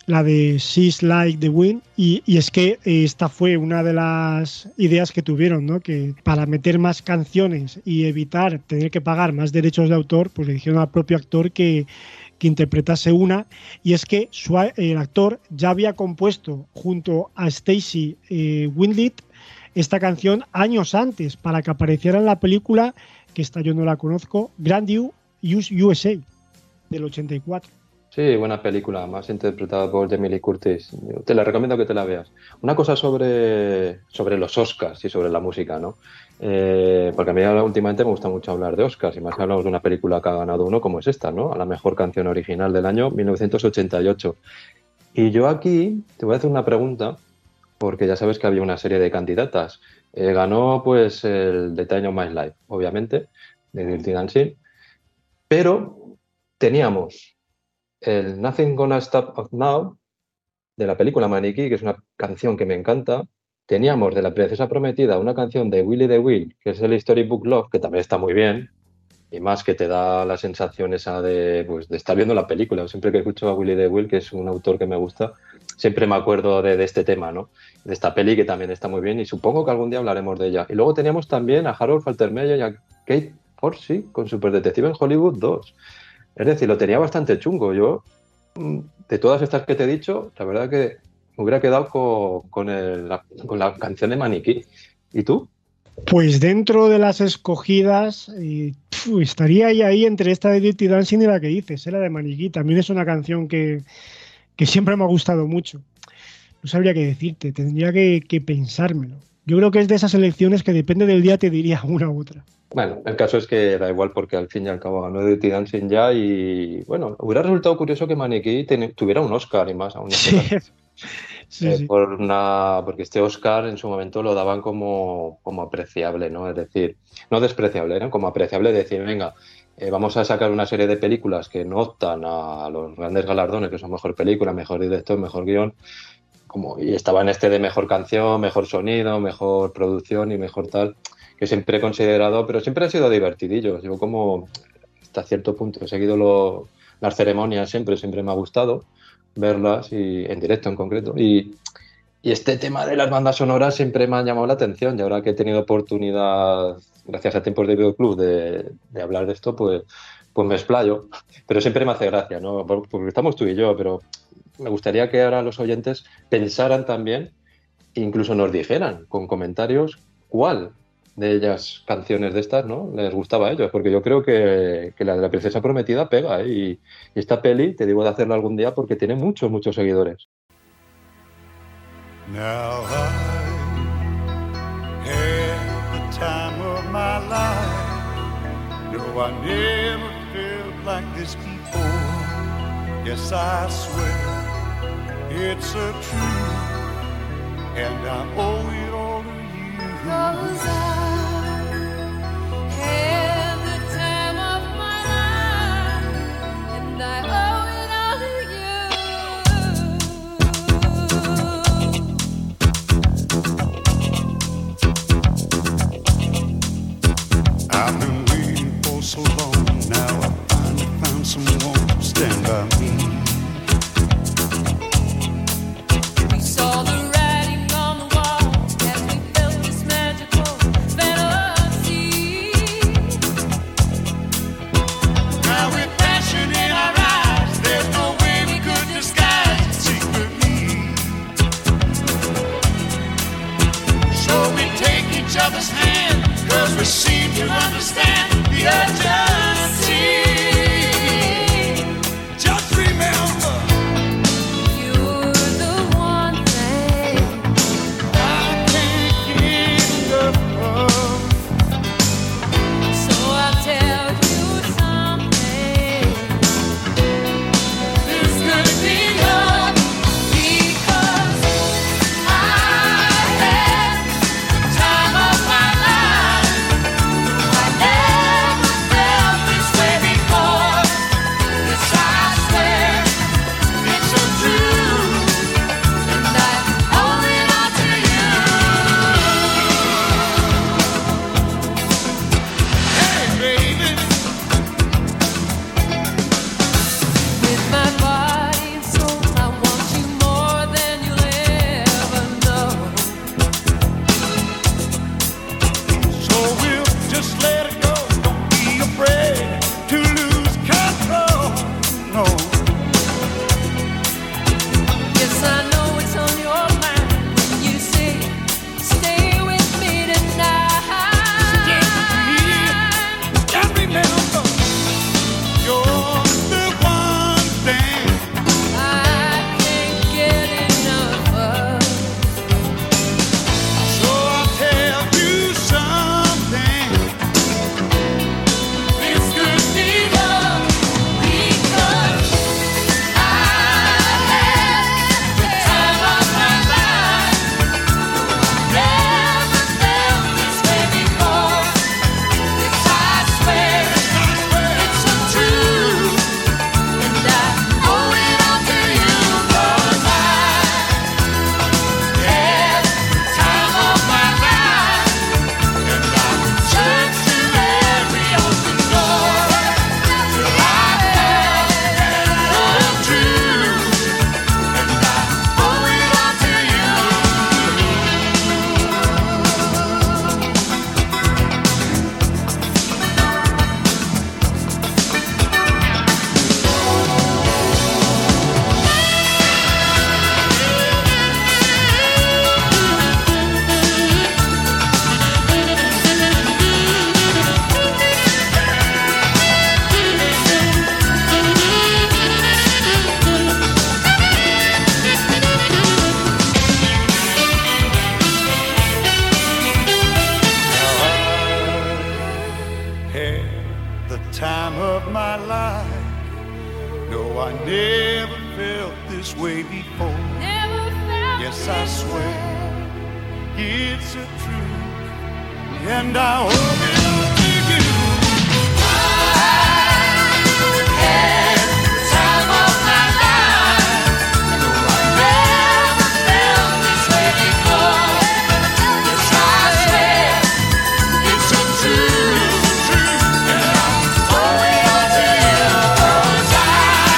la de She's Like the Wind, y es que esta fue una de las ideas que tuvieron, ¿no? Que para meter más canciones y evitar tener que pagar más derechos de autor, pues le dijeron al propio actor que interpretase una, y es que el actor ya había compuesto junto a Stacy Winlet esta canción años antes para que apareciera en la película, que esta yo no la conozco, Grandview USA del 84. Sí, buena película, más interpretada por Jamie Lee Curtis. Yo te la recomiendo que te la veas. Una cosa sobre los Oscars y sobre la música, ¿no? Porque a mí últimamente me gusta mucho hablar de Oscars, y más si hablamos de una película que ha ganado uno como es esta, ¿no? A la mejor canción original del año 1988. Y yo aquí te voy a hacer una pregunta, porque ya sabes que había una serie de candidatas. Ganó pues el The Time of My Life, obviamente, de Dirty Dancing, pero teníamos el Nothing Gonna Stop Us Now, de la película Maniquí, que es una canción que me encanta. Teníamos de La Princesa Prometida una canción de Willie the Will, que es el Storybook Love, que también está muy bien, y más que te da la sensación esa de estar viendo la película. Siempre que escucho a Willie the Will, que es un autor que me gusta, siempre me acuerdo de este tema, ¿no? De esta peli, que también está muy bien, y supongo que algún día hablaremos de ella. Y luego teníamos también a Harold Faltermeyer y a Kate Forsey con Super Detective en Hollywood 2. Es decir, lo tenía bastante chungo. Yo, de todas estas que te he dicho, la verdad que me hubiera quedado con la canción de Maniquí. ¿Y tú? Pues dentro de las escogidas, estaría ahí entre esta de Dirty Dancing y la que dices, la de Maniquí. También es una canción que siempre me ha gustado mucho. No sabría qué decirte, tendría que pensármelo. Yo creo que es de esas elecciones que depende del día te diría una u otra. Bueno, el caso es que da igual, porque al fin y al cabo ganó Dirty Dancing ya, y bueno, hubiera resultado curioso que Maniquí tuviera un Oscar y más aún. Sí. Sí. Porque este Oscar en su momento lo daban como apreciable, ¿no? Es decir, no despreciable, ¿no? Como apreciable, decir, venga, vamos a sacar una serie de películas que no optan a los grandes galardones, que son mejor película, mejor director, mejor guión, y estaba en este de mejor canción, mejor sonido, mejor producción y mejor tal, que siempre he considerado, pero siempre han sido divertidillos. Yo como hasta cierto punto he seguido las ceremonias, siempre me ha gustado verlas, y en directo en concreto, y este tema de las bandas sonoras siempre me ha llamado la atención, y ahora que he tenido oportunidad, gracias a Tiempos de Videoclub, de hablar de esto, pues me explayo, pero siempre me hace gracia, ¿no? Porque estamos tú y yo, pero me gustaría que ahora los oyentes pensaran también, e incluso nos dijeran con comentarios cuál de ellas, canciones de estas, ¿no?, les gustaba a ellos, porque yo creo que la de La Princesa Prometida pega, ¿eh? Y esta peli, te digo de hacerla algún día, porque tiene muchos seguidores. Now I had the time of my life. No, I never felt like this before. Yes, I swear it's a truth, and I owe it all to you. 'Cause I had the time of my life, and I owe it all to you. I've been waiting for so long, now I finally found someone to stand by me. We saw the writing on the wall as we felt this magical fantasy. Now with passion in our eyes, there's no way we could disguise it secretly. So we take each other's hand, 'cause we seem to understand the urgency. Just remember, you're the one thing I can't get enough of. So I'll tell you something. This could be love, because I had the time of my life. I never felt time of my life. No, I never felt this way before. Yes, I swear it's a truth, and I owe it all to you. I had the time of my life. No, I never felt this way before. Yes, I swear it's a truth, and I owe it all to you. 'Cause I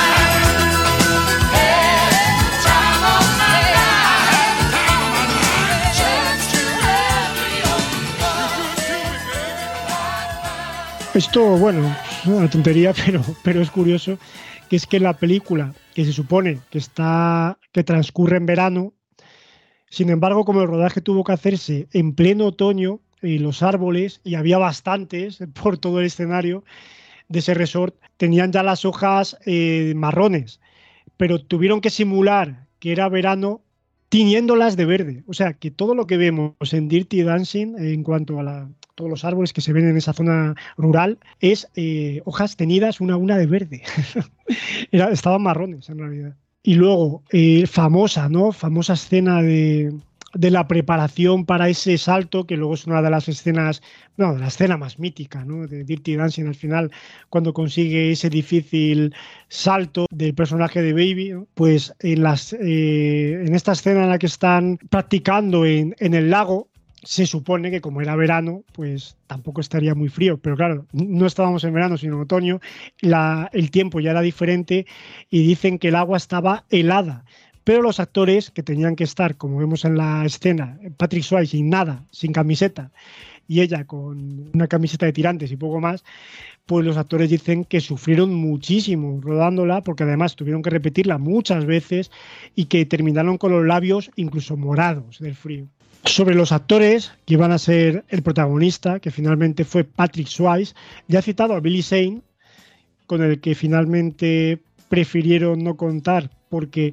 had the time of my life. Chance to every Esto, bueno, es una tontería, pero es curioso, que es que la película, que se supone que transcurre en verano, sin embargo, como el rodaje tuvo que hacerse en pleno otoño, y los árboles, y había bastantes por todo el escenario de ese resort, tenían ya las hojas marrones, pero tuvieron que simular que era verano tiñéndolas de verde. O sea, que todo lo que vemos en Dirty Dancing, en cuanto a todos los árboles que se ven en esa zona rural, es hojas teñidas una a una de verde. Estaban marrones, en realidad. Y luego, famosa escena de la preparación para ese salto, que luego es una de las escenas, no, de la escena más mítica, ¿no?, de Dirty Dancing al final, cuando consigue ese difícil salto del personaje de Baby, ¿no? Pues en esta escena en la que están practicando en el lago, se supone que como era verano, pues tampoco estaría muy frío, pero claro, no estábamos en verano sino en otoño, el tiempo ya era diferente y dicen que el agua estaba helada. Pero los actores, que tenían que estar, como vemos en la escena, Patrick Swayze sin nada, sin camiseta, y ella con una camiseta de tirantes y poco más, pues los actores dicen que sufrieron muchísimo rodándola, porque además tuvieron que repetirla muchas veces y que terminaron con los labios incluso morados del frío. Sobre los actores que iban a ser el protagonista, que finalmente fue Patrick Swayze, ya he citado a Billy Zane, con el que finalmente prefirieron no contar porque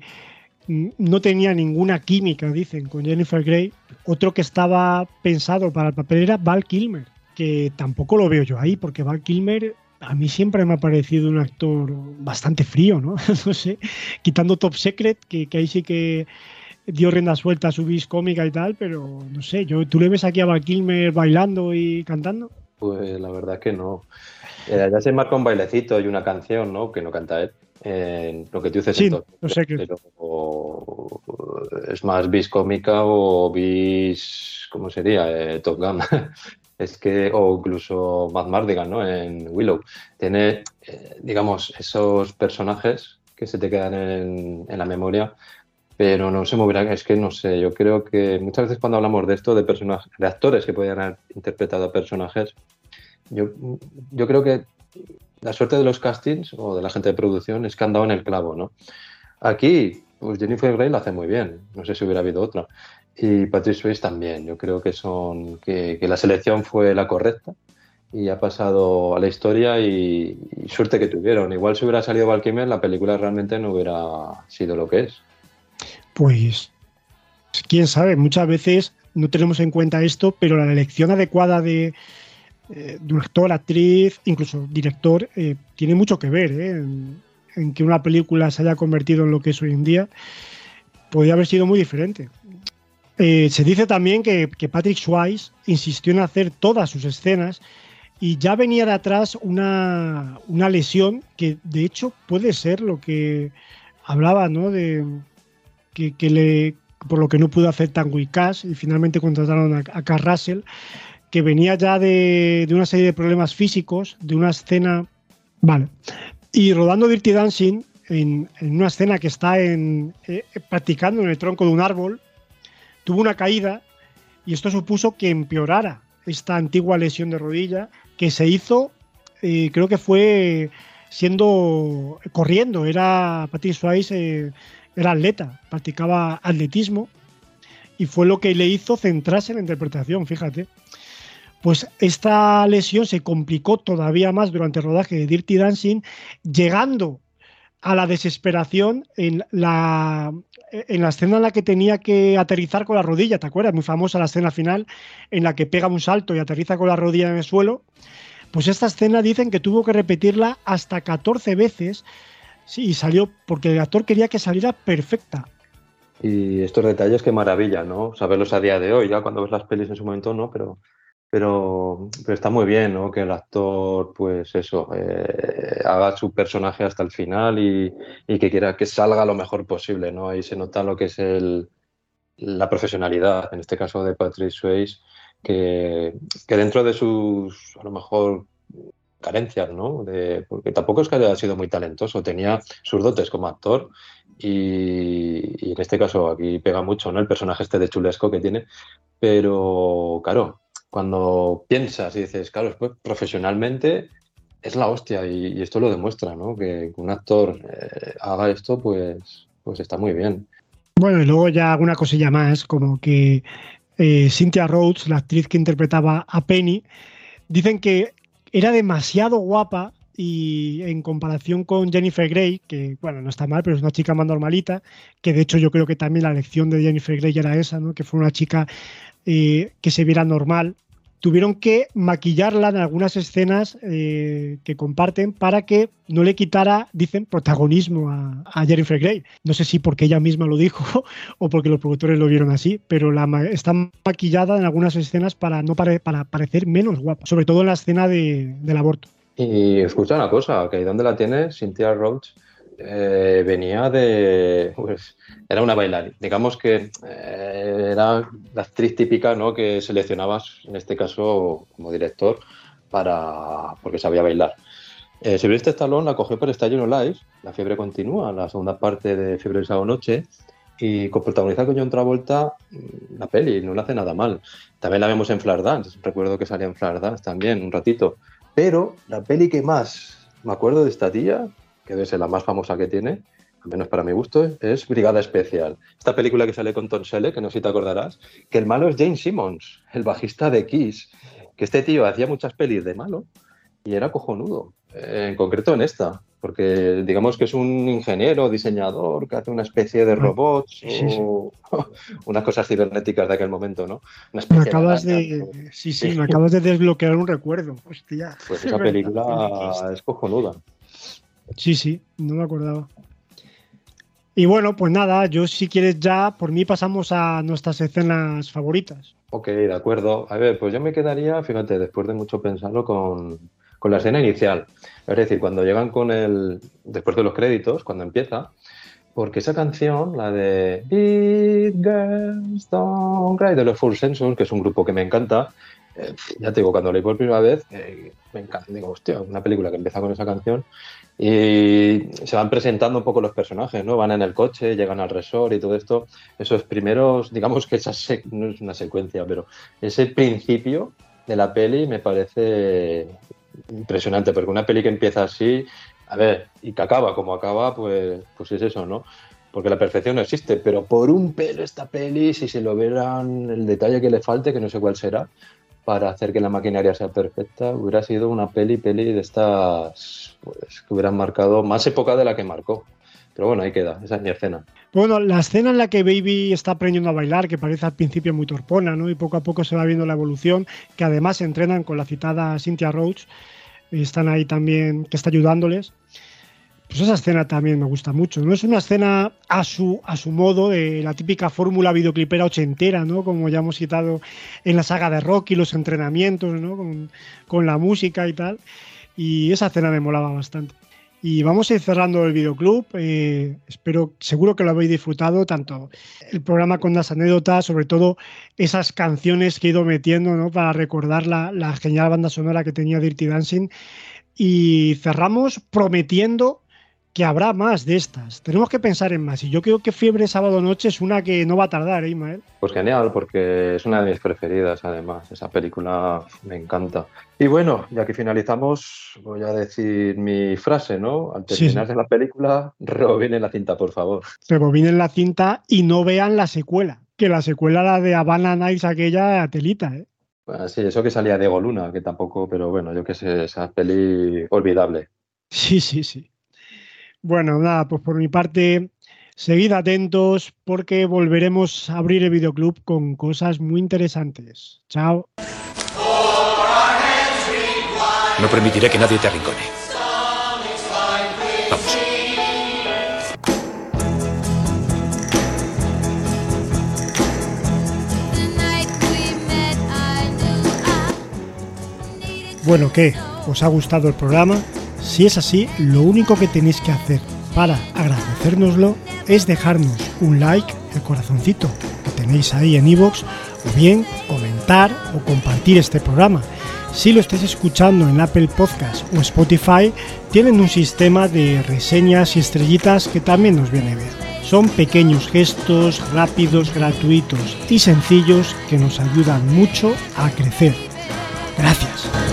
no tenía ninguna química, dicen, con Jennifer Grey. Otro que estaba pensado para el papel era Val Kilmer, que tampoco lo veo yo ahí, porque Val Kilmer a mí siempre me ha parecido un actor bastante frío, ¿no? No sé, quitando Top Secret, que ahí sí que dio rienda suelta a su vis cómica y tal, pero no sé, ¿tú le ves aquí a Val Kilmer bailando y cantando? Pues la verdad que no. Ya se marca un bailecito y una canción, ¿no?, que no canta él. Lo que tú dices, Sí, entonces, no sé qué. pero es más bis cómica o bis, ¿cómo sería? Top Gun. Es que, o incluso Matt Mardigan, ¿no?, en Willow. Tiene, digamos, esos personajes que se te quedan en la memoria, pero no se moverá. Es que no sé, yo creo que muchas veces cuando hablamos de esto, de personajes, de actores que podían haber interpretado a personajes, yo creo que la suerte de los castings o de la gente de producción es que han dado en el clavo, ¿no? Aquí, pues Jennifer Grey lo hace muy bien, no sé si hubiera habido otra. Y Patrick Swayze también, yo creo que la selección fue la correcta y ha pasado a la historia y suerte que tuvieron. Igual si hubiera salido Val Kilmer, la película realmente no hubiera sido lo que es. Pues, quién sabe, muchas veces no tenemos en cuenta esto, pero la elección adecuada de un actor, actriz, incluso director, tiene mucho que ver en que una película se haya convertido en lo que es hoy en día. Podría haber sido muy diferente. Se dice también que Patrick Swayze insistió en hacer todas sus escenas y ya venía de atrás una lesión que de hecho puede ser lo que hablaba, ¿no?, de por lo que no pudo hacer Tango y Cash, y finalmente contrataron a Kurt Russell, que venía ya de una serie de problemas físicos, de una escena... Vale. Y rodando Dirty Dancing, en una escena que está practicando en el tronco de un árbol, tuvo una caída y esto supuso que empeorara esta antigua lesión de rodilla que se hizo, creo que fue corriendo. Patrick Swayze era atleta, practicaba atletismo y fue lo que le hizo centrarse en la interpretación, fíjate. Pues esta lesión se complicó todavía más durante el rodaje de Dirty Dancing, llegando a la desesperación en la escena en la que tenía que aterrizar con la rodilla, ¿te acuerdas? Muy famosa la escena final en la que pega un salto y aterriza con la rodilla en el suelo. Pues esta escena dicen que tuvo que repetirla hasta 14 veces, sí, y salió porque el actor quería que saliera perfecta. Y estos detalles, qué maravilla, ¿no? Saberlos a día de hoy, ya cuando ves las pelis en su momento, ¿no? Pero está muy bien, ¿no? Que el actor, pues eso, haga su personaje hasta el final y que quiera que salga lo mejor posible, ¿no? Ahí se nota lo que es la profesionalidad, en este caso de Patrick Swayze, que dentro de sus, a lo mejor, carencias, ¿no? Porque tampoco es que haya sido muy talentoso, tenía sus dotes como actor y en este caso aquí pega mucho, ¿no? El personaje este de chulesco que tiene, pero claro, cuando piensas y dices, claro, pues profesionalmente es la hostia y esto lo demuestra, ¿no? Que un actor haga esto, pues está muy bien. Bueno, y luego ya alguna cosilla más, como que Cynthia Rhodes, la actriz que interpretaba a Penny, dicen que era demasiado guapa y en comparación con Jennifer Grey, que bueno, no está mal, pero es una chica más normalita, que de hecho yo creo que también la elección de Jennifer Grey era esa, ¿no? Que fue una chica que se viera normal. Tuvieron que maquillarla en algunas escenas que comparten para que no le quitara, dicen, protagonismo a Jennifer Grey. No sé si porque ella misma lo dijo o porque los productores lo vieron así, pero está maquillada en algunas escenas para parecer menos guapa, sobre todo en la escena del aborto. Y escucha una cosa, que ahí donde la tienes, Cynthia Rhodes venía pues, era una bailarina, digamos que era la actriz típica, ¿no? Que seleccionabas, en este caso, como director, porque sabía bailar. Sylvester Stallone la cogió por Stayin' Alive, La fiebre continúa, la segunda parte de Fiebre del sábado noche, y con protagonizar con John Travolta la peli, no la hace nada mal. También la vemos en Flashdance, recuerdo que salía en Flashdance también, un ratito. Pero la peli que más me acuerdo de esta tía, que debe ser la más famosa que tiene, al menos para mi gusto, es Brigada Especial. Esta película que sale con Tom Selleck, que no sé si te acordarás, que el malo es Gene Simmons, el bajista de Kiss, que este tío hacía muchas pelis de malo y era cojonudo, en concreto en esta, porque digamos que es un ingeniero, diseñador, que hace una especie de robots o unas cosas cibernéticas de aquel momento, ¿no? Una especie me acabas de desbloquear un recuerdo, hostia. Pues esa película es cojonuda. Sí, no me acordaba. Y bueno, pues nada, yo si quieres ya, por mí pasamos a nuestras escenas favoritas. Ok, de acuerdo. A ver, pues yo me quedaría, fíjate, después de mucho pensarlo, con la escena inicial. Es decir, cuando llegan después de los créditos, cuando empieza, porque esa canción, la de Big Girls Don't Cry, de los Full Sensus, que es un grupo que me encanta, ya te digo, cuando leí por primera vez, me encanta. Digo, hostia, una película que empieza con esa canción y se van presentando un poco los personajes, ¿no? Van en el coche, llegan al resort y todo esto. Esos primeros, digamos que no es una secuencia, pero ese principio de la peli me parece impresionante, porque una peli que empieza así, a ver, y que acaba como acaba, pues es eso, ¿no? Porque la perfección no existe, pero por un pelo esta peli, si se lo vieran el detalle que le falte, que no sé cuál será, para hacer que la maquinaria sea perfecta, hubiera sido una peli de estas, pues, que hubieran marcado más época de la que marcó. Pero bueno, ahí queda, esa es mi escena. Bueno, la escena en la que Baby está aprendiendo a bailar, que parece al principio muy torpona, ¿no? Y poco a poco se va viendo la evolución, que además se entrenan con la citada Cynthia Rhodes, están ahí también, que está ayudándoles. Pues esa escena también me gusta mucho. No es una escena a su modo, de la típica fórmula videoclipera ochentera, ¿no? Como ya hemos citado en la saga de Rocky, los entrenamientos, ¿no? Con la música y tal. Y esa escena me molaba bastante. Y vamos a ir cerrando el videoclub. Seguro que lo habéis disfrutado, tanto el programa con las anécdotas, sobre todo esas canciones que he ido metiendo, ¿no? Para recordar la genial banda sonora que tenía Dirty Dancing. Y cerramos prometiendo que habrá más de estas. Tenemos que pensar en más. Y yo creo que Fiebre Sábado Noche es una que no va a tardar, ¿eh, Ismael? Pues genial, porque es una de mis preferidas, además. Esa película me encanta. Y bueno, ya que finalizamos, voy a decir mi frase, ¿no? Al terminar de la película, rebobinen la cinta, por favor. Rebobinen la cinta y no vean la secuela. Que la secuela, la de Havana Nights, aquella telita, ¿eh? Bueno, sí, eso que salía Diego Luna, que tampoco, pero bueno, yo qué sé, esa peli olvidable. Sí. Bueno, nada, pues por mi parte, seguid atentos porque volveremos a abrir el videoclub con cosas muy interesantes. Chao. No permitiré que nadie te arrincone. Vamos. Bueno, ¿qué? ¿Os ha gustado el programa? Si es así, lo único que tenéis que hacer para agradecérnoslo es dejarnos un like, el corazoncito que tenéis ahí en iVoox, o bien comentar o compartir este programa. Si lo estáis escuchando en Apple Podcast o Spotify, tienen un sistema de reseñas y estrellitas que también nos viene bien. Son pequeños gestos rápidos, gratuitos y sencillos que nos ayudan mucho a crecer. Gracias.